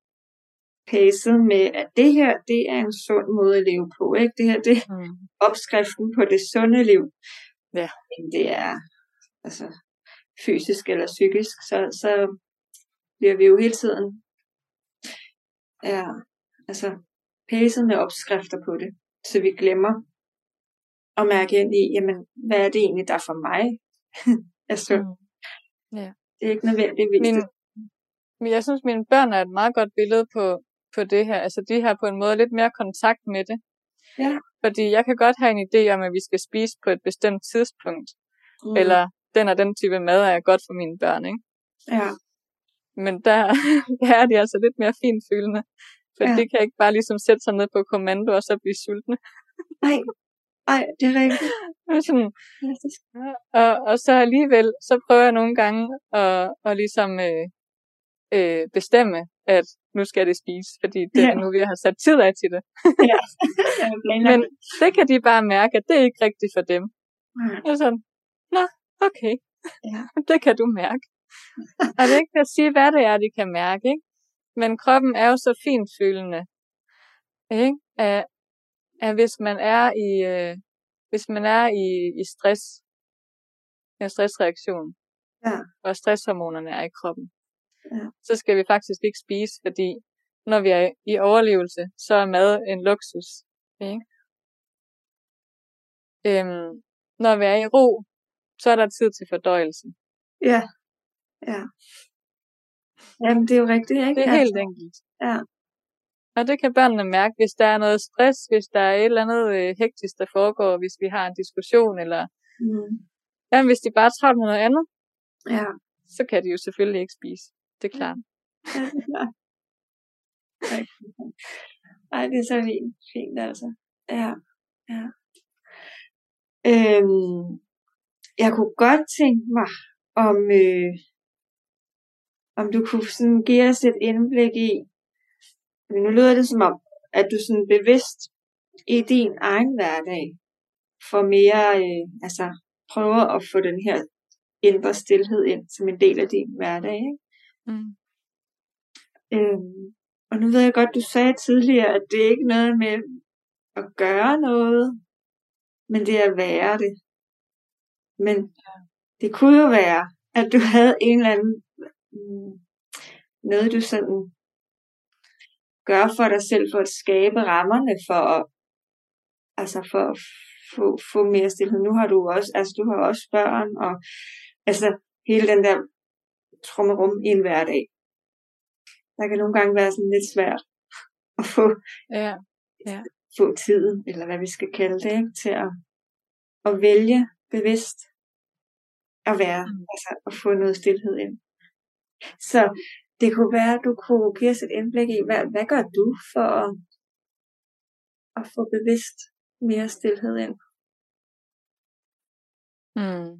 pacet med, at det her, det er en sund måde at leve på, ikke? Det her, det er Mm. opskriften på det sunde liv. Ja. Men det er, altså, fysisk eller psykisk, så, så bliver vi jo hele tiden, ja, altså, pacet med opskrifter på det, så vi glemmer at mærke ind i, jamen, hvad er det egentlig, der for mig er sundt? Mm. Ja. Det er ikke nødvendigvis Min, det. men jeg synes, mine børn er et meget godt billede på, på det her. Altså, de har på en måde lidt mere kontakt med det. Ja. Fordi jeg kan godt have en idé om, at vi skal spise på et bestemt tidspunkt. Mm. Eller den og den type mad er godt for mine børn, ikke? Ja, Men der, der er de altså lidt mere finfølende. For Ja. de kan ikke bare ligesom sætte sig ned på kommando og så blive sultne. nej, nej, det er rigtigt. Det er sådan, Fantastisk. og, og så alligevel, så prøver jeg nogle gange at, at ligesom øh, øh, bestemme, at nu skal det spise, fordi det er Ja. nu, vi har sat tid af til det. Ja, jeg er planlagt. Men det kan de bare mærke, at det er ikke rigtigt for dem. Nej. Og sådan, nå, okay, Ja. det kan du mærke. Og det er ikke at sige, hvad det er, de kan mærke, ikke? Men kroppen er jo så finfølende, ikke? At, at hvis man er i, øh, hvis man er i, i stress, en stressreaktion, Ja. og stresshormonerne er i kroppen, Ja. så skal vi faktisk ikke spise, fordi når vi er i overlevelse, så er mad en luksus, ikke? Øhm, når vi er i ro, så er der tid til fordøjelse. Ja. Ja. Jamen, det er jo rigtigt, ikke? Det er Altså, helt enkelt. Ja. Og det kan børnene mærke, hvis der er noget stress, hvis der er et eller andet øh, hektisk, der foregår, hvis vi har en diskussion, eller Mm. Ja, hvis de bare er travlt med noget andet, Ja. så kan de jo selvfølgelig ikke spise. Det er klart. Ja, det er klart. Ej, det er så fint, fint altså. Ja, ja. Øhm, jeg kunne godt tænke mig, om, øh, om du kunne sådan give os et indblik i, nu lyder det som om, at du sådan bevidst i din egen hverdag får mere, øh, altså prøver at få den her indre stilhed ind som en del af din hverdag, ikke? Mm. Øhm, og nu ved jeg godt, du sagde tidligere, at det er ikke noget med at gøre noget, men det er at være det. Men det kunne jo være, at du havde en eller anden, mm, noget du sådan gør for dig selv, for at skabe rammerne for at, altså for at få, få mere stilhed. Nu har du også, altså du har også børn, og altså hele den der trummerum i en hverdag. Der kan nogle gange være sådan lidt svært at få, Ja. Ja. få tiden, eller hvad vi skal kalde det, ikke, til at, at vælge bevidst at være, mm. altså at få noget stilhed ind. Så det kunne være, at du kunne give os et indblik i, hvad, hvad gør du for at, at få bevidst mere stilhed ind? Mm.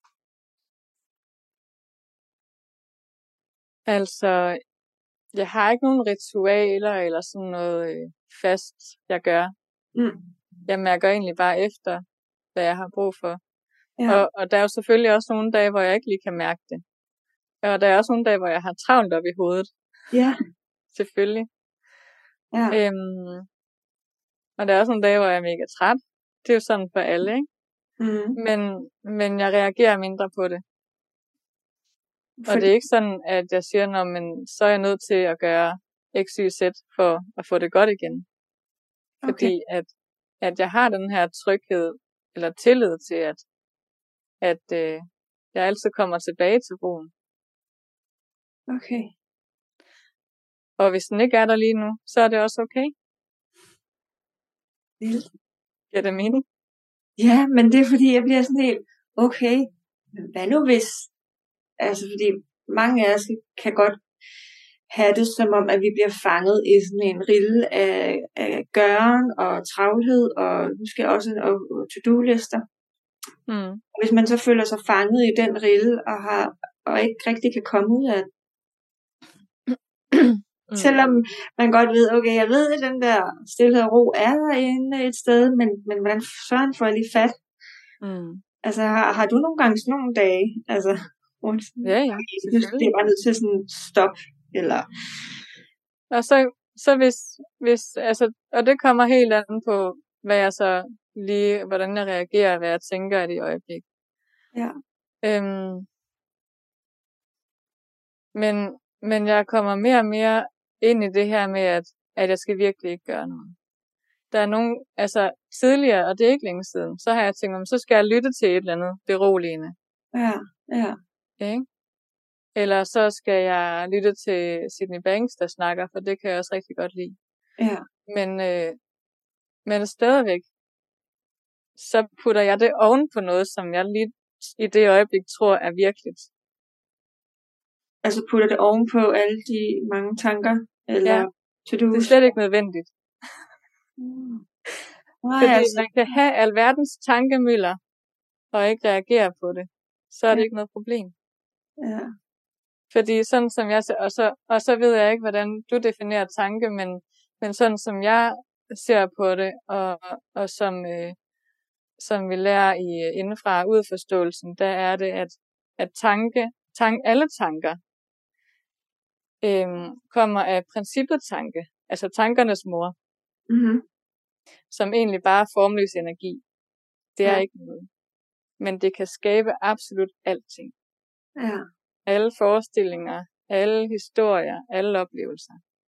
Altså, jeg har ikke nogen ritualer eller sådan noget øh, fast, jeg gør. Mm. Jeg mærker egentlig bare efter, hvad jeg har brug for. Ja. Og, og der er jo selvfølgelig også nogle dage, hvor jeg ikke lige kan mærke det. Og der er også nogle dage, hvor jeg har travlt op i hovedet. Ja. Selvfølgelig. Ja. Øhm, og der er også nogle dage, hvor jeg er mega træt. Det er jo sådan for alle, ikke? Mm. Men, men jeg reagerer mindre på det. Fordi... Og det er ikke sådan, at jeg siger, nå, men så er jeg nødt til at gøre X, Y, Z for at få det godt igen. Fordi Okay. at, at jeg har den her tryghed, eller tillid til, at, at øh, jeg altid kommer tilbage til roen. Okay. Og hvis den ikke er der lige nu, så er det også okay. Vildt. Giver det mening? Ja, men det er fordi, jeg bliver sådan helt, okay, men hvad nu hvis, altså fordi mange af os kan godt have det som om, at vi bliver fanget i sådan en rille af, af gøren og travlhed, og måske også og, og to-do-lister. Mm. Hvis man så føler sig fanget i den rille, og, har, og ikke rigtig kan komme ud af det. Mm. Selvom man godt ved, okay, jeg ved, at den der stilhed og ro er derinde et sted, men, men hvordan søren får jeg lige fat? Mm. Altså, har, har du nogle gange sådan nogle dage, altså, hvor Ja, ja, det er bare nødt til sådan stop, eller... Og så, så hvis, hvis, altså, og det kommer helt an på, hvad jeg så lige, hvordan jeg reagerer, hvad jeg tænker i det øjeblik. Ja. Øhm, men, men jeg kommer mere og mere ind i det her med, at, at jeg skal virkelig ikke gøre noget. Der er nogle, altså tidligere, og det er ikke længe siden, så har jeg tænkt, så skal jeg lytte til et eller andet beroligende. Ja, ja. Ikke? Eller så skal jeg lytte til Sydney Banks, der snakker, for det kan jeg også rigtig godt lide. Ja. Men, øh, men stadigvæk, så putter jeg det oven på noget, som jeg lige i det øjeblik tror er virkeligt. Altså putter det ovenpå alle de mange tanker? Eller Ja, to-do's? det er slet ikke nødvendigt. Mm. Nej, Fordi altså. man kan have alverdens tankemøller, og ikke reagere på det. Så er det Ja. ikke noget problem. Ja. Fordi sådan som jeg ser, og så, og så ved jeg ikke, hvordan du definerer tanke, men, men sådan som jeg ser på det, og, og som, øh, som vi lærer i indenfra udforståelsen, der er det, at, at tanke, tank, alle tanker øh, kommer af princippet tanke, altså tankernes mor, Mm-hmm. som egentlig bare er formløs energi. Det er Ja. ikke noget. Men det kan skabe absolut alting. Ja. Alle forestillinger, alle historier, alle oplevelser.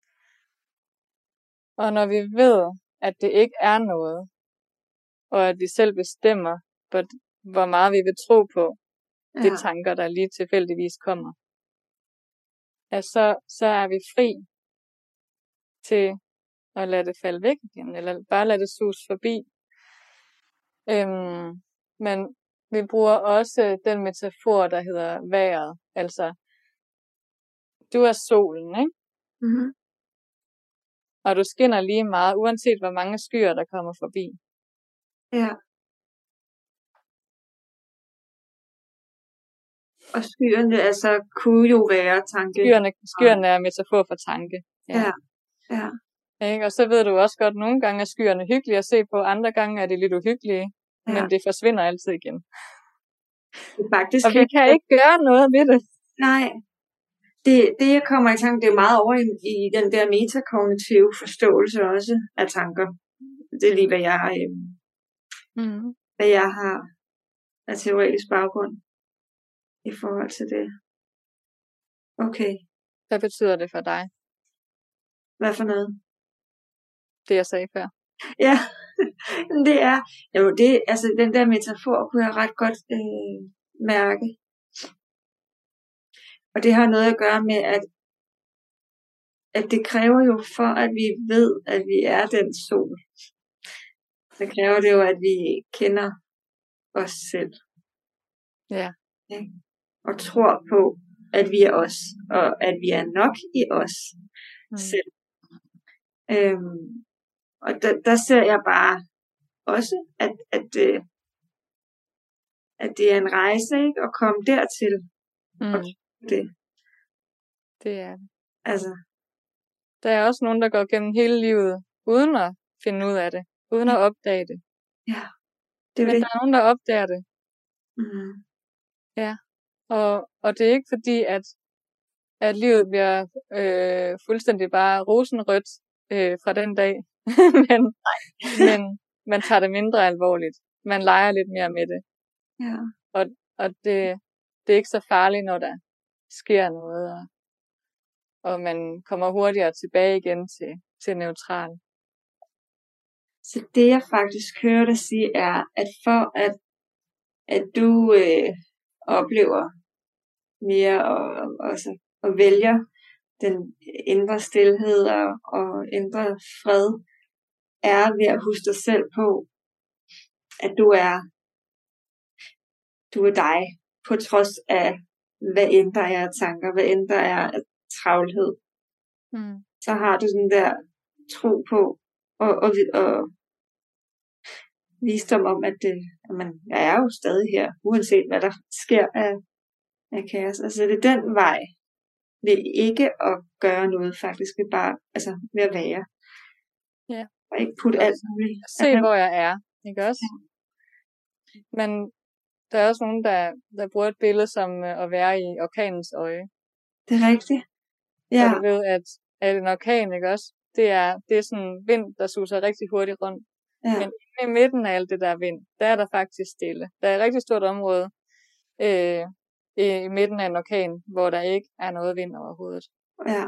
Og når vi ved, at det ikke er noget, og at vi selv bestemmer, hvor meget vi vil tro på Ja. de tanker, der lige tilfældigvis kommer, at så, så er vi fri til at lade det falde væk igen, eller bare lade det sus forbi. Øhm, men, Vi bruger også den metafor, der hedder vejret. Altså, du er solen, ikke? Mm-hmm. Og du skinner lige meget, uanset hvor mange skyer, der kommer forbi. Ja. Og skyerne altså, kunne jo være tanke. Skyerne, skyerne er metafor for tanke. Ja. Ja. Ikke? Og så ved du også godt, at nogle gange er skyerne hyggelige at se på, andre gange er det lidt uhyggelige, ja. Men det forsvinder altid igen. Det faktisk og vi kan ikke gøre noget ved det. Nej. Det, det jeg kommer i tanke, det er meget over i, i den der metakognitive forståelse også af tanker. Det er lige, hvad jeg, øh, mm. hvad jeg har af teoretisk baggrund i forhold til det. Okay. Hvad betyder det for dig? Hvad for noget? Det jeg sagde før. Ja, det er, jo det, altså den der metafor kunne jeg ret godt øh, mærke. Og det har noget at gøre med, at, at det kræver jo for, at vi ved, at vi er den sol. Så kræver det jo, at vi kender os selv. Ja. Ja. Og tror på, at vi er os, og at vi er nok i os mm. selv. Øhm, og der, der ser jeg bare også, at, at, øh, at det er en rejse, ikke? At komme dertil. Mm. Og det. Det er det. Altså. Der er også nogen, der går gennem hele livet, uden at finde ud af det. Uden at opdage det. Ja. Det er Men det. der er nogen, der opdager det. Mm. Ja. Og, og det er ikke fordi, at, at livet bliver øh, fuldstændig bare rosenrødt øh, fra den dag. men, men man tager det mindre alvorligt. Man leger lidt mere med det. Ja. Og, og det, det er ikke så farligt, når der sker noget. Og, og man kommer hurtigere tilbage igen til, til neutral. Så det jeg faktisk hører dig sige er, at for at, at du øh, oplever mere og, og, og, og vælger den indre stilhed og, og indre fred, er ved at huske dig selv på, at du er, du er dig, på trods af, hvad end der er tanker, hvad end der er travlhed. Mm. Så har du sådan der tro på, og, og, og visdom om, at, det, at man, jeg er jo stadig her, uanset hvad der sker af, af kaos. Altså det er den vej, ved ikke at gøre noget, faktisk ved bare, altså ved at være. Ja. Og ikke putte alt muligt. Se hvor jeg er, ikke også? Ja. Men der er også nogen, der, der bruger et billede som at være i orkanens øje. Det er rigtigt. Ja. Så du ved, at, at en orkan, ikke også? Det er, det er sådan vind, der suser rigtig hurtigt rundt. Ja. Men i midten af alt det der vind, der er der faktisk stille. Der er et rigtig stort område øh, i, i midten af en orkan, hvor der ikke er noget vind overhovedet. Ja.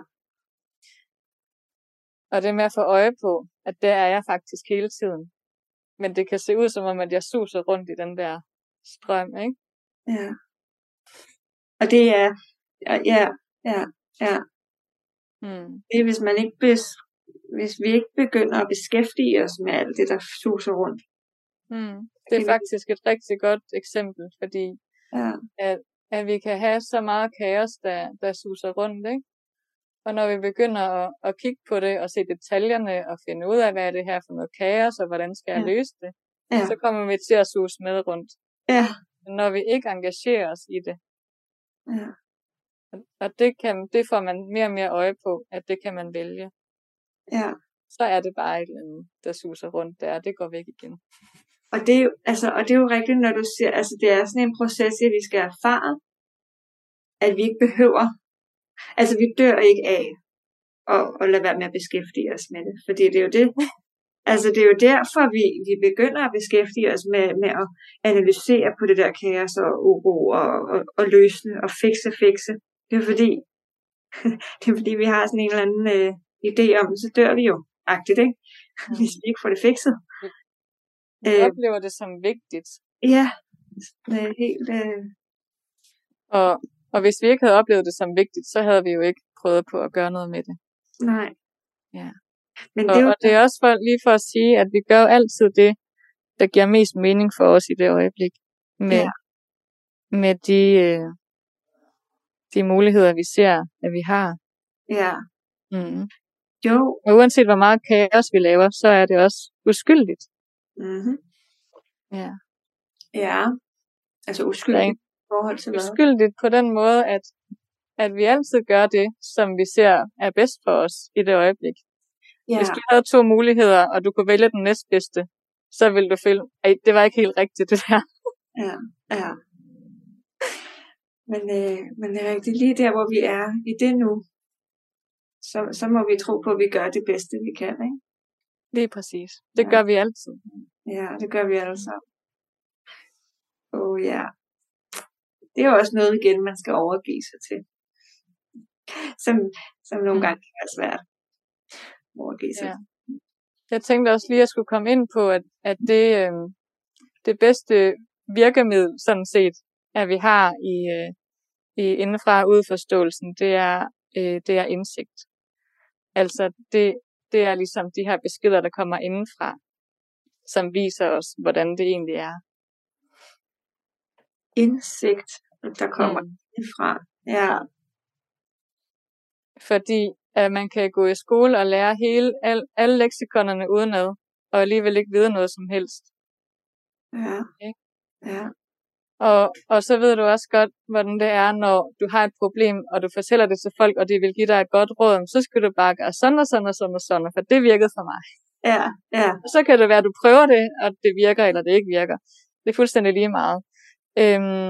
Og det er med at få øje på, at der er jeg faktisk hele tiden. Men det kan se ud som om, at jeg suser rundt i den der strøm, ikke? Ja. Og det er, ja, ja, ja. Hmm. Det er, hvis man ikke bes, hvis vi ikke begynder at beskæftige os med alt det, der suser rundt. Hmm. Det er faktisk et rigtig godt eksempel, fordi ja. at, at vi kan have så meget kaos, der, der suser rundt, ikke? Og når vi begynder at, at kigge på det og se detaljerne og finde ud af, hvad er det her for noget kaos, og hvordan skal jeg ja. løse det, ja. så kommer vi til at suse med rundt. Ja. Men når vi ikke engagerer os i det, ja. og det, kan, det får man mere og mere øje på, at det kan man vælge. Ja. Så er det bare et eller andet, der suser rundt der, og det går væk igen. Og det er jo, altså, og det er jo rigtigt, når du siger, altså det er sådan en proces, at vi skal erfare, at vi ikke behøver, altså vi dør ikke af at, at lade være med at beskæftige os med det, fordi det er jo det, altså det er jo derfor, vi, vi begynder at beskæftige os med, med at analysere på det der kaos og uro og, og, og løsne og fikse, fikse. Det er fordi, det er fordi vi har sådan en eller anden øh, idé om, så dør vi jo, agtigt, ikke? Mm. Hvis vi ikke får det fikset. Vi øh, oplever det som vigtigt. Ja, det er helt... Øh... Og, og hvis vi ikke havde oplevet det som vigtigt, så havde vi jo ikke prøvet på at gøre noget med det. Nej. Ja. Men og, det jo... og det er også for, lige for at sige, at vi gør altid det, der giver mest mening for os i det øjeblik. med, Ja. med de, øh, de muligheder, vi ser, at vi har. Ja. Mm. Jo. Og uanset hvor meget kaos vi laver, så er det også uskyldigt. Mm-hmm. Ja. Ja. Altså Der er uskyldigt en- i forhold til hvad? Uskyldigt på den måde, at, at vi altid gør det, som vi ser er bedst for os i det øjeblik. Ja. Hvis du havde to muligheder, og du kunne vælge den næstbedste, så ville du føle, at det var ikke helt rigtigt det der. Ja. Ja. Men, øh, men det er rigtigt. Lige der, hvor vi er i det nu, så, så må vi tro på, at vi gør det bedste, vi kan, ikke? Lige præcis. Det Ja. gør vi altid. Ja, det gør vi alle sammen. Åh oh, ja. Det er jo også noget igen, man skal overgive sig til. Som, som nogle Mm. gange kan være svært. Overgive sig. Ja. Jeg tænkte også lige, at jeg skulle komme ind på, at, at det, øh, det bedste virkemiddel, sådan set, at vi har i, øh, i indefra og udforståelsen, det er, øh, det er indsigt. Altså, det, det er ligesom de her beskeder, der kommer indenfra, som viser os, hvordan det egentlig er. Indsigt, der kommer Mm. fra. Ja. Fordi at man kan gå i skole og lære hele, al, alle leksikonerne udenad, og alligevel ikke vide noget som helst. Ja. Okay. Ja. Og, og så ved du også godt, hvordan det er, når du har et problem, og du fortæller det til folk, og de vil give dig et godt råd, så skal du bare gøre sådan og sådan og sådan og sådan, for det virkede for mig. Ja. Ja. Og så kan det være, at du prøver det, og det virker, eller det ikke virker. Det er fuldstændig lige meget. Øhm,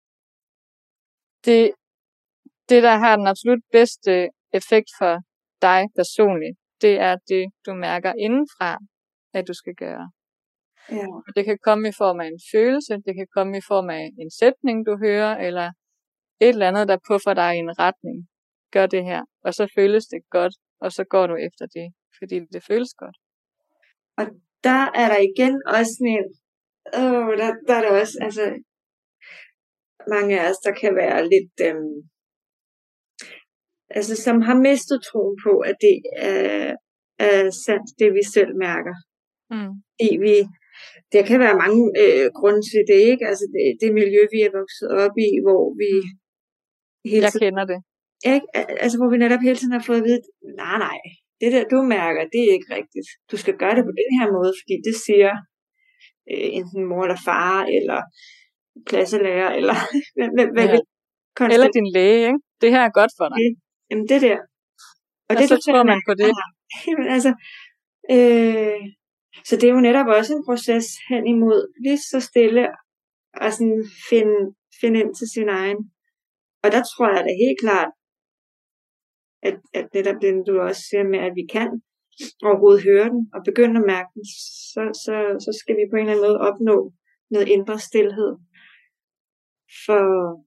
det, det, der har den absolut bedste effekt for dig personligt, det er det, du mærker indenfra, at du skal gøre. Ja. Og det kan komme i form af en følelse, det kan komme i form af en sætning, du hører, eller et eller andet, der puffer dig i en retning. Gør det her, og så føles det godt, og så går du efter det, fordi det føles godt. Og der er der igen også sådan en, åh, der, der er der også, altså, mange af os, der kan være lidt, øhm, altså, som har mistet troen på, at det er, er sandt, det vi selv mærker. Mm. I vi, der kan være mange øh, grunde til det, ikke? Altså, det, det miljø, vi er vokset op i, hvor vi hele Jeg tiden, kender det. ikke? Altså, hvor vi netop hele tiden har fået at vide, nej, nej, det der, du mærker, det er ikke rigtigt. Du skal gøre det på den her måde, fordi det siger øh, enten mor eller far, eller klasselærer, eller hvad, hvad, hvad Ja. vil konstant. Eller din læge, ikke? Det her er godt for dig. Jamen, det der. Og, Og det, så du tror selv man på det. mærker, jamen, altså, øh, så det er jo netop også en proces hen imod lige så stille og sådan finde, finde ind til sin egen. Og der tror jeg da helt klart, at, at netop det, du også siger med, at vi kan overhovedet høre den og begynde at mærke den, så, så, så skal vi på en eller anden måde opnå noget indre stilhed for,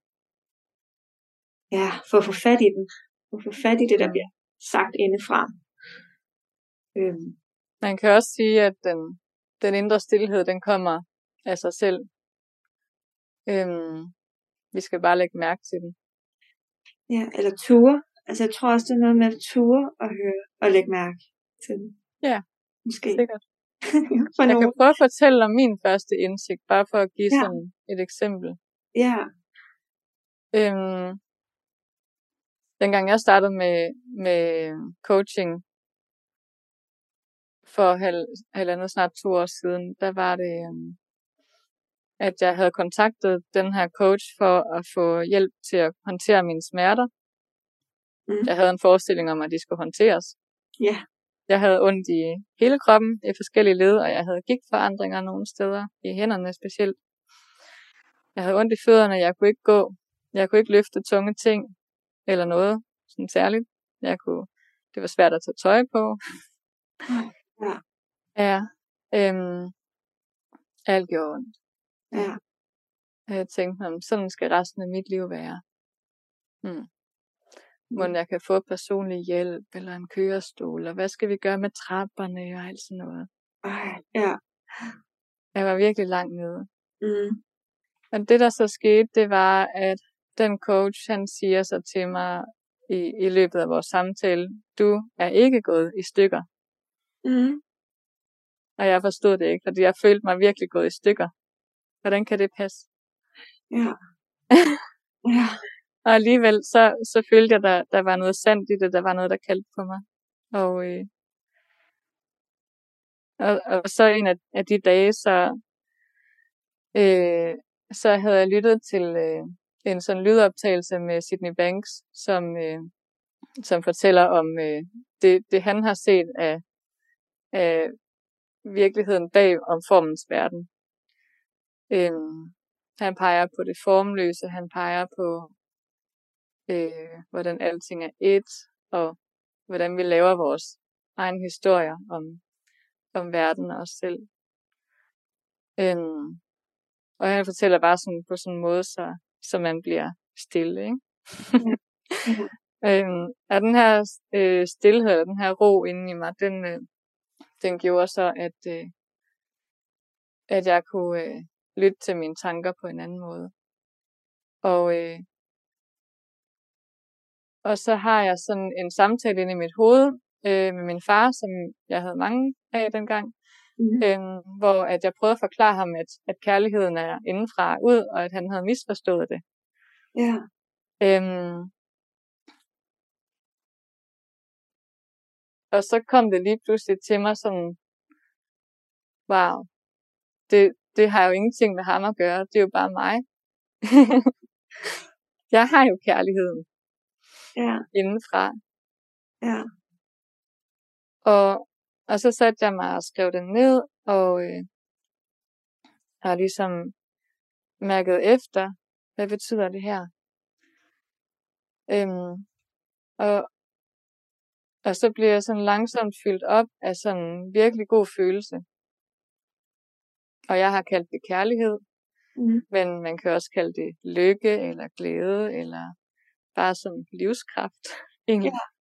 ja, for at få fat i den. For at få fat i det, der bliver sagt indefra. Øhm, Man kan også sige, at den, den indre stillhed, den kommer af sig selv. Øhm, vi skal bare lægge mærke til den. ja, eller ture. Altså jeg tror også, det er noget med at ture og høre og lægge mærke til den. Ja, Måske. sikkert. for Jeg nogen. kan prøve at fortælle om min første indsigt, bare for at give Ja. sådan et eksempel. Ja. Øhm, dengang jeg startede med, med coaching for halv, halvandet, snart to år siden, der var det, øhm, at jeg havde kontaktet den her coach for at få hjælp til at håndtere mine smerter. Mm. Jeg havde en forestilling om, at de skulle håndteres. Ja. Jeg havde ondt i hele kroppen, i forskellige led, og jeg havde gigtforandringer nogle steder, i hænderne specielt. Jeg havde ondt i fødderne, jeg kunne ikke gå. Jeg kunne ikke løfte tunge ting, eller noget sådan særligt. Jeg kunne, det var svært at tage tøj på. Ja. Ja, øhm, alt gjorde ondt. Ja. Og jeg tænkte mig, sådan skal resten af mit liv være. Hmm. Må jeg kan få personlig hjælp, eller en kørestol, og hvad skal vi gøre med trapperne, og alt sådan noget. Ej, ja. Jeg var virkelig langt nede. Mm. Og det der så skete, det var, at den coach, han siger så til mig i, i løbet af vores samtale, du er ikke gået i stykker. Mm. Og jeg forstod det ikke, fordi jeg følte mig virkelig gået i stykker. Hvordan kan det passe? Ja. Ja. Og alligevel, så, så følte jeg, der, der var noget sandt i det, der var noget, der kaldte på mig. Og, øh, og, og så en af, af de dage, så, øh, så havde jeg lyttet til øh, en sådan lydoptagelse med Sydney Banks, som, øh, som fortæller om øh, det, det, han har set af, af virkeligheden bag om formens verden. Øhm, han peger på det formløse, han peger på, øh, hvordan alting er et, og hvordan vi laver vores egen historier om, om verden og os selv. Øhm, og han fortæller bare sådan, på sådan en måde, så, så man bliver stille, ikke? øhm, og den her øh, stillhed, eller den her ro inde i mig, den, øh, den gjorde så, at, øh, at jeg kunne øh, lytte til mine tanker på en anden måde. Og, øh, og så har jeg sådan en samtale inde i mit hoved øh, med min far, som jeg havde mange af dengang, mm-hmm. øh, hvor at jeg prøvede at forklare ham, at, at kærligheden er indenfra og ud, og at han havde misforstået det. Ja. Øhm, og så kom det lige pludselig til mig sådan, wow, det, det har jo ingenting med ham at gøre, det er jo bare mig. Jeg har jo kærligheden ja. indenfra. Ja. Og, og så satte jeg mig og skrev det ned, og øh, har ligesom mærket efter, hvad betyder det her? Øhm, og, og så bliver jeg sådan langsomt fyldt op af sådan en virkelig god følelse. Og jeg har kaldt det kærlighed, mm. men man kan også kalde det lykke, eller glæde, eller bare sådan livskraft, egentlig. Ja.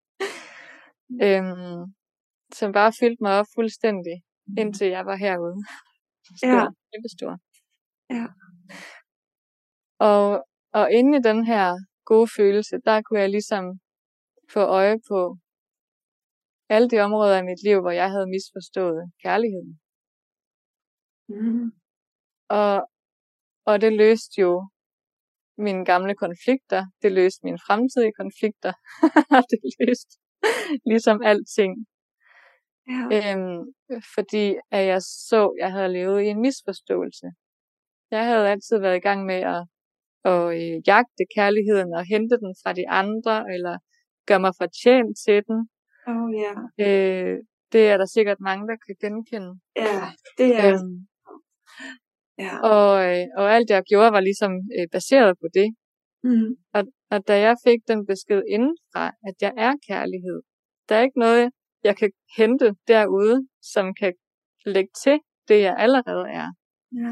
øhm, som bare fyldte mig op fuldstændig, mm. indtil jeg var herude. Stor, ja. Kæmpestor. Ja. Og, og inde i den her gode følelse, der kunne jeg ligesom få øje på alle de områder i mit liv, hvor jeg havde misforstået kærligheden. Mm. Og, og det løste jo mine gamle konflikter, det løste mine fremtidige konflikter, det løste ligesom alting. Ja. Øhm, fordi at jeg så, at jeg havde levet i en misforståelse. Jeg havde altid været i gang med at, at øh, jagte kærligheden og hente den fra de andre, eller gøre mig fortjent til den. Oh, ja. Øh, det er der sikkert mange, der kan genkende. Ja, det er øhm, ja. og, øh, og alt jeg gjorde var ligesom øh, baseret på det. Mm. Og, og da jeg fik den besked indenfra, at jeg er kærlighed, der er ikke noget, jeg kan hente derude, som kan lægge til det, jeg allerede er. Ja.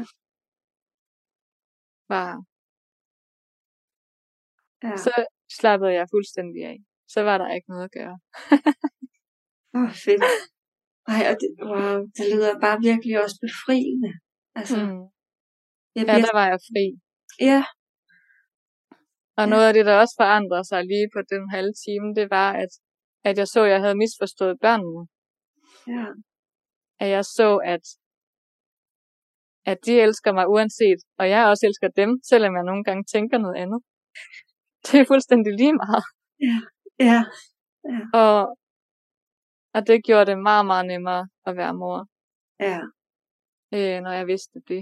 Wow. Ja. Så slappede jeg fuldstændig af. Så var der ikke noget at gøre. Åh, oh, fedt. Ej, og det, wow, det lyder bare virkelig også befriende. Altså, mm. jeg bliver... Ja, der var jeg fri. Ja. Og ja. Noget af det, der også forandrede sig lige på den halve time, det var, at, at jeg så, at jeg havde misforstået børnene. Ja. At jeg så, at, at de elsker mig uanset, og jeg også elsker dem, selvom jeg nogle gange tænker noget andet. Det er fuldstændig lige meget. Ja, ja. Ja. Og, og det gjorde det meget, meget nemmere at være mor. Ja. Øh, når jeg vidste det.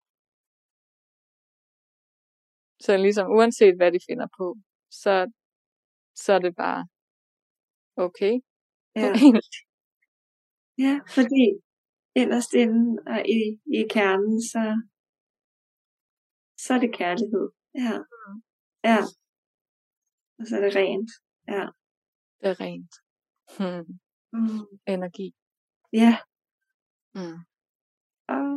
Så ligesom uanset hvad de finder på, så, så er det bare okay. Ja. Ja, fordi inderst inde og i, i kernen, så, så er det kærlighed. Ja. Mm. Ja. Og så er det rent. Ja. Det er rent. Hmm. Mm. Energi. Ja. Mm. Oh.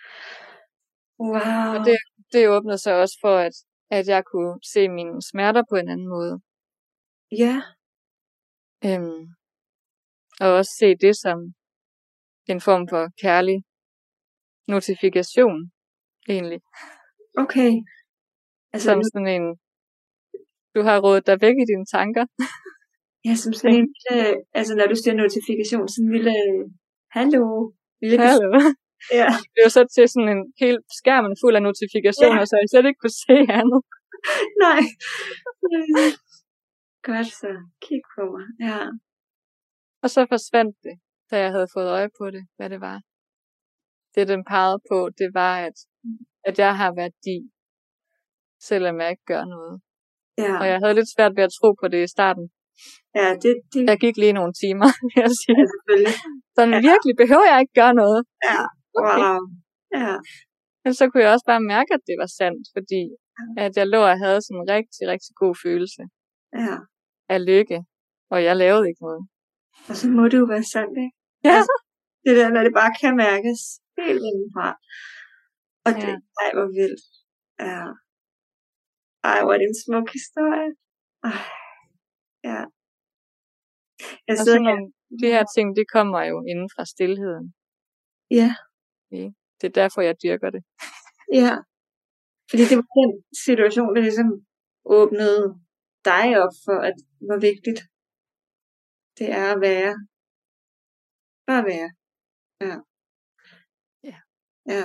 Wow. Og det, det åbnede sig også for, at, at jeg kunne se mine smerter på en anden måde. Ja. Øhm, og også se det som en form for kærlig notifikation, egentlig. Okay. Altså, som sådan en, du har rådet dig væk i dine tanker. Ja, som sådan en lille, altså når du siger notifikation, sådan en lille, hallo, lille hallo. Ja. Det blev så til sådan en hel skærmen fuld af notifikationer, ja. Så jeg slet ikke kunne se andet. Nej. Godt så. Kig på mig. Ja. Og så forsvandt det, da jeg havde fået øje på det, hvad det var. Det, den pegede på, det var, at, at jeg har værdi, selvom jeg ikke gør noget. Ja. Og jeg havde lidt svært ved at tro på det i starten. Ja, det, det... Der gik lige nogle timer, vil jeg sige. Ja, selvfølgelig. Sådan ja. virkelig behøver jeg ikke gøre noget. Ja, wow. Okay. Ja. Men så kunne jeg også bare mærke, at det var sandt, fordi at jeg lå og havde sådan en rigtig, rigtig god følelse ja. af lykke, og jeg lavede ikke noget. Og så må det jo være sandt, ikke? Ja. Altså, det der, når det bare kan mærkes helt indenfra. Og det, ja. Ej, hvor vildt. Ja. Ej, hvor er det en smuk historie. Ej. Ja. Jeg og sidder sådan nogle, de her ting, det kommer jo inden fra stilheden. Ja. Okay. Det er derfor, jeg dyrker det. Ja. Fordi det var den situation, der ligesom åbnede dig op for, at hvor vigtigt det er at være. Bare være. Ja. Ja. Ja.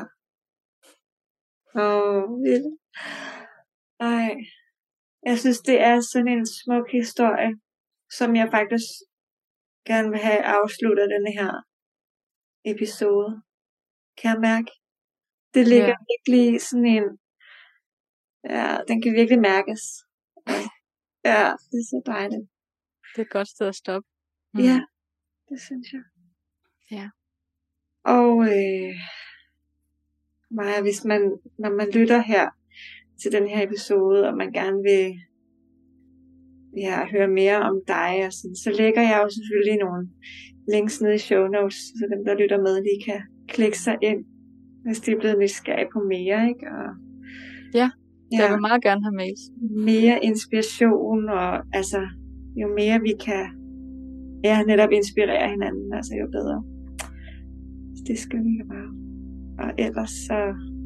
Åh, vildt. Ej. Jeg synes, det er sådan en smuk historie, som jeg faktisk gerne vil have afsluttet denne her episode. Kan jeg mærke? Det ligger ja. virkelig sådan en, ja, den kan virkelig mærkes. Ja, det er så dejligt. Det er et godt sted at stoppe. Mm. Ja, det synes jeg. Ja. Og øh, Maja, hvis man, når man lytter her til den her episode, og man gerne vil ja, høre mere om dig, og sådan, så lægger jeg jo selvfølgelig nogle links nede i show notes, så dem, der lytter med, de kan klikke sig ind, hvis de er blevet nysgerrige på mere, ikke? Og, ja, ja, jeg vil meget gerne have mails. Mere inspiration, og altså, jo mere vi kan ja, netop inspirere hinanden, altså jo bedre. Det skal vi jo bare. Og ellers så,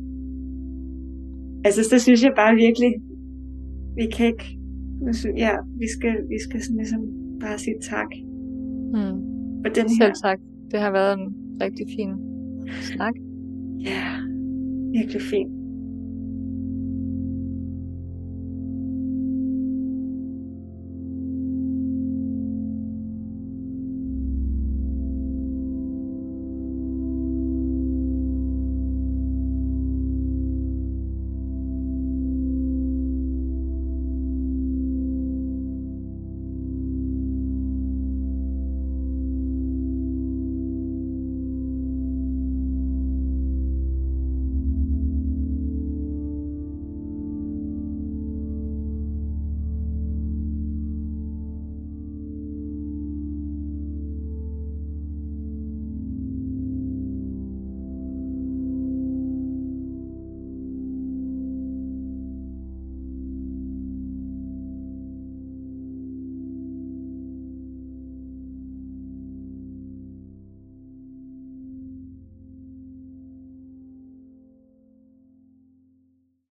altså så synes jeg bare virkelig, vi kan ikke, ja, vi skal, vi skal sådan ligesom bare sige tak. Mm. For den Selv her. tak. Det har været en rigtig fin snak. Ja, virkelig fint.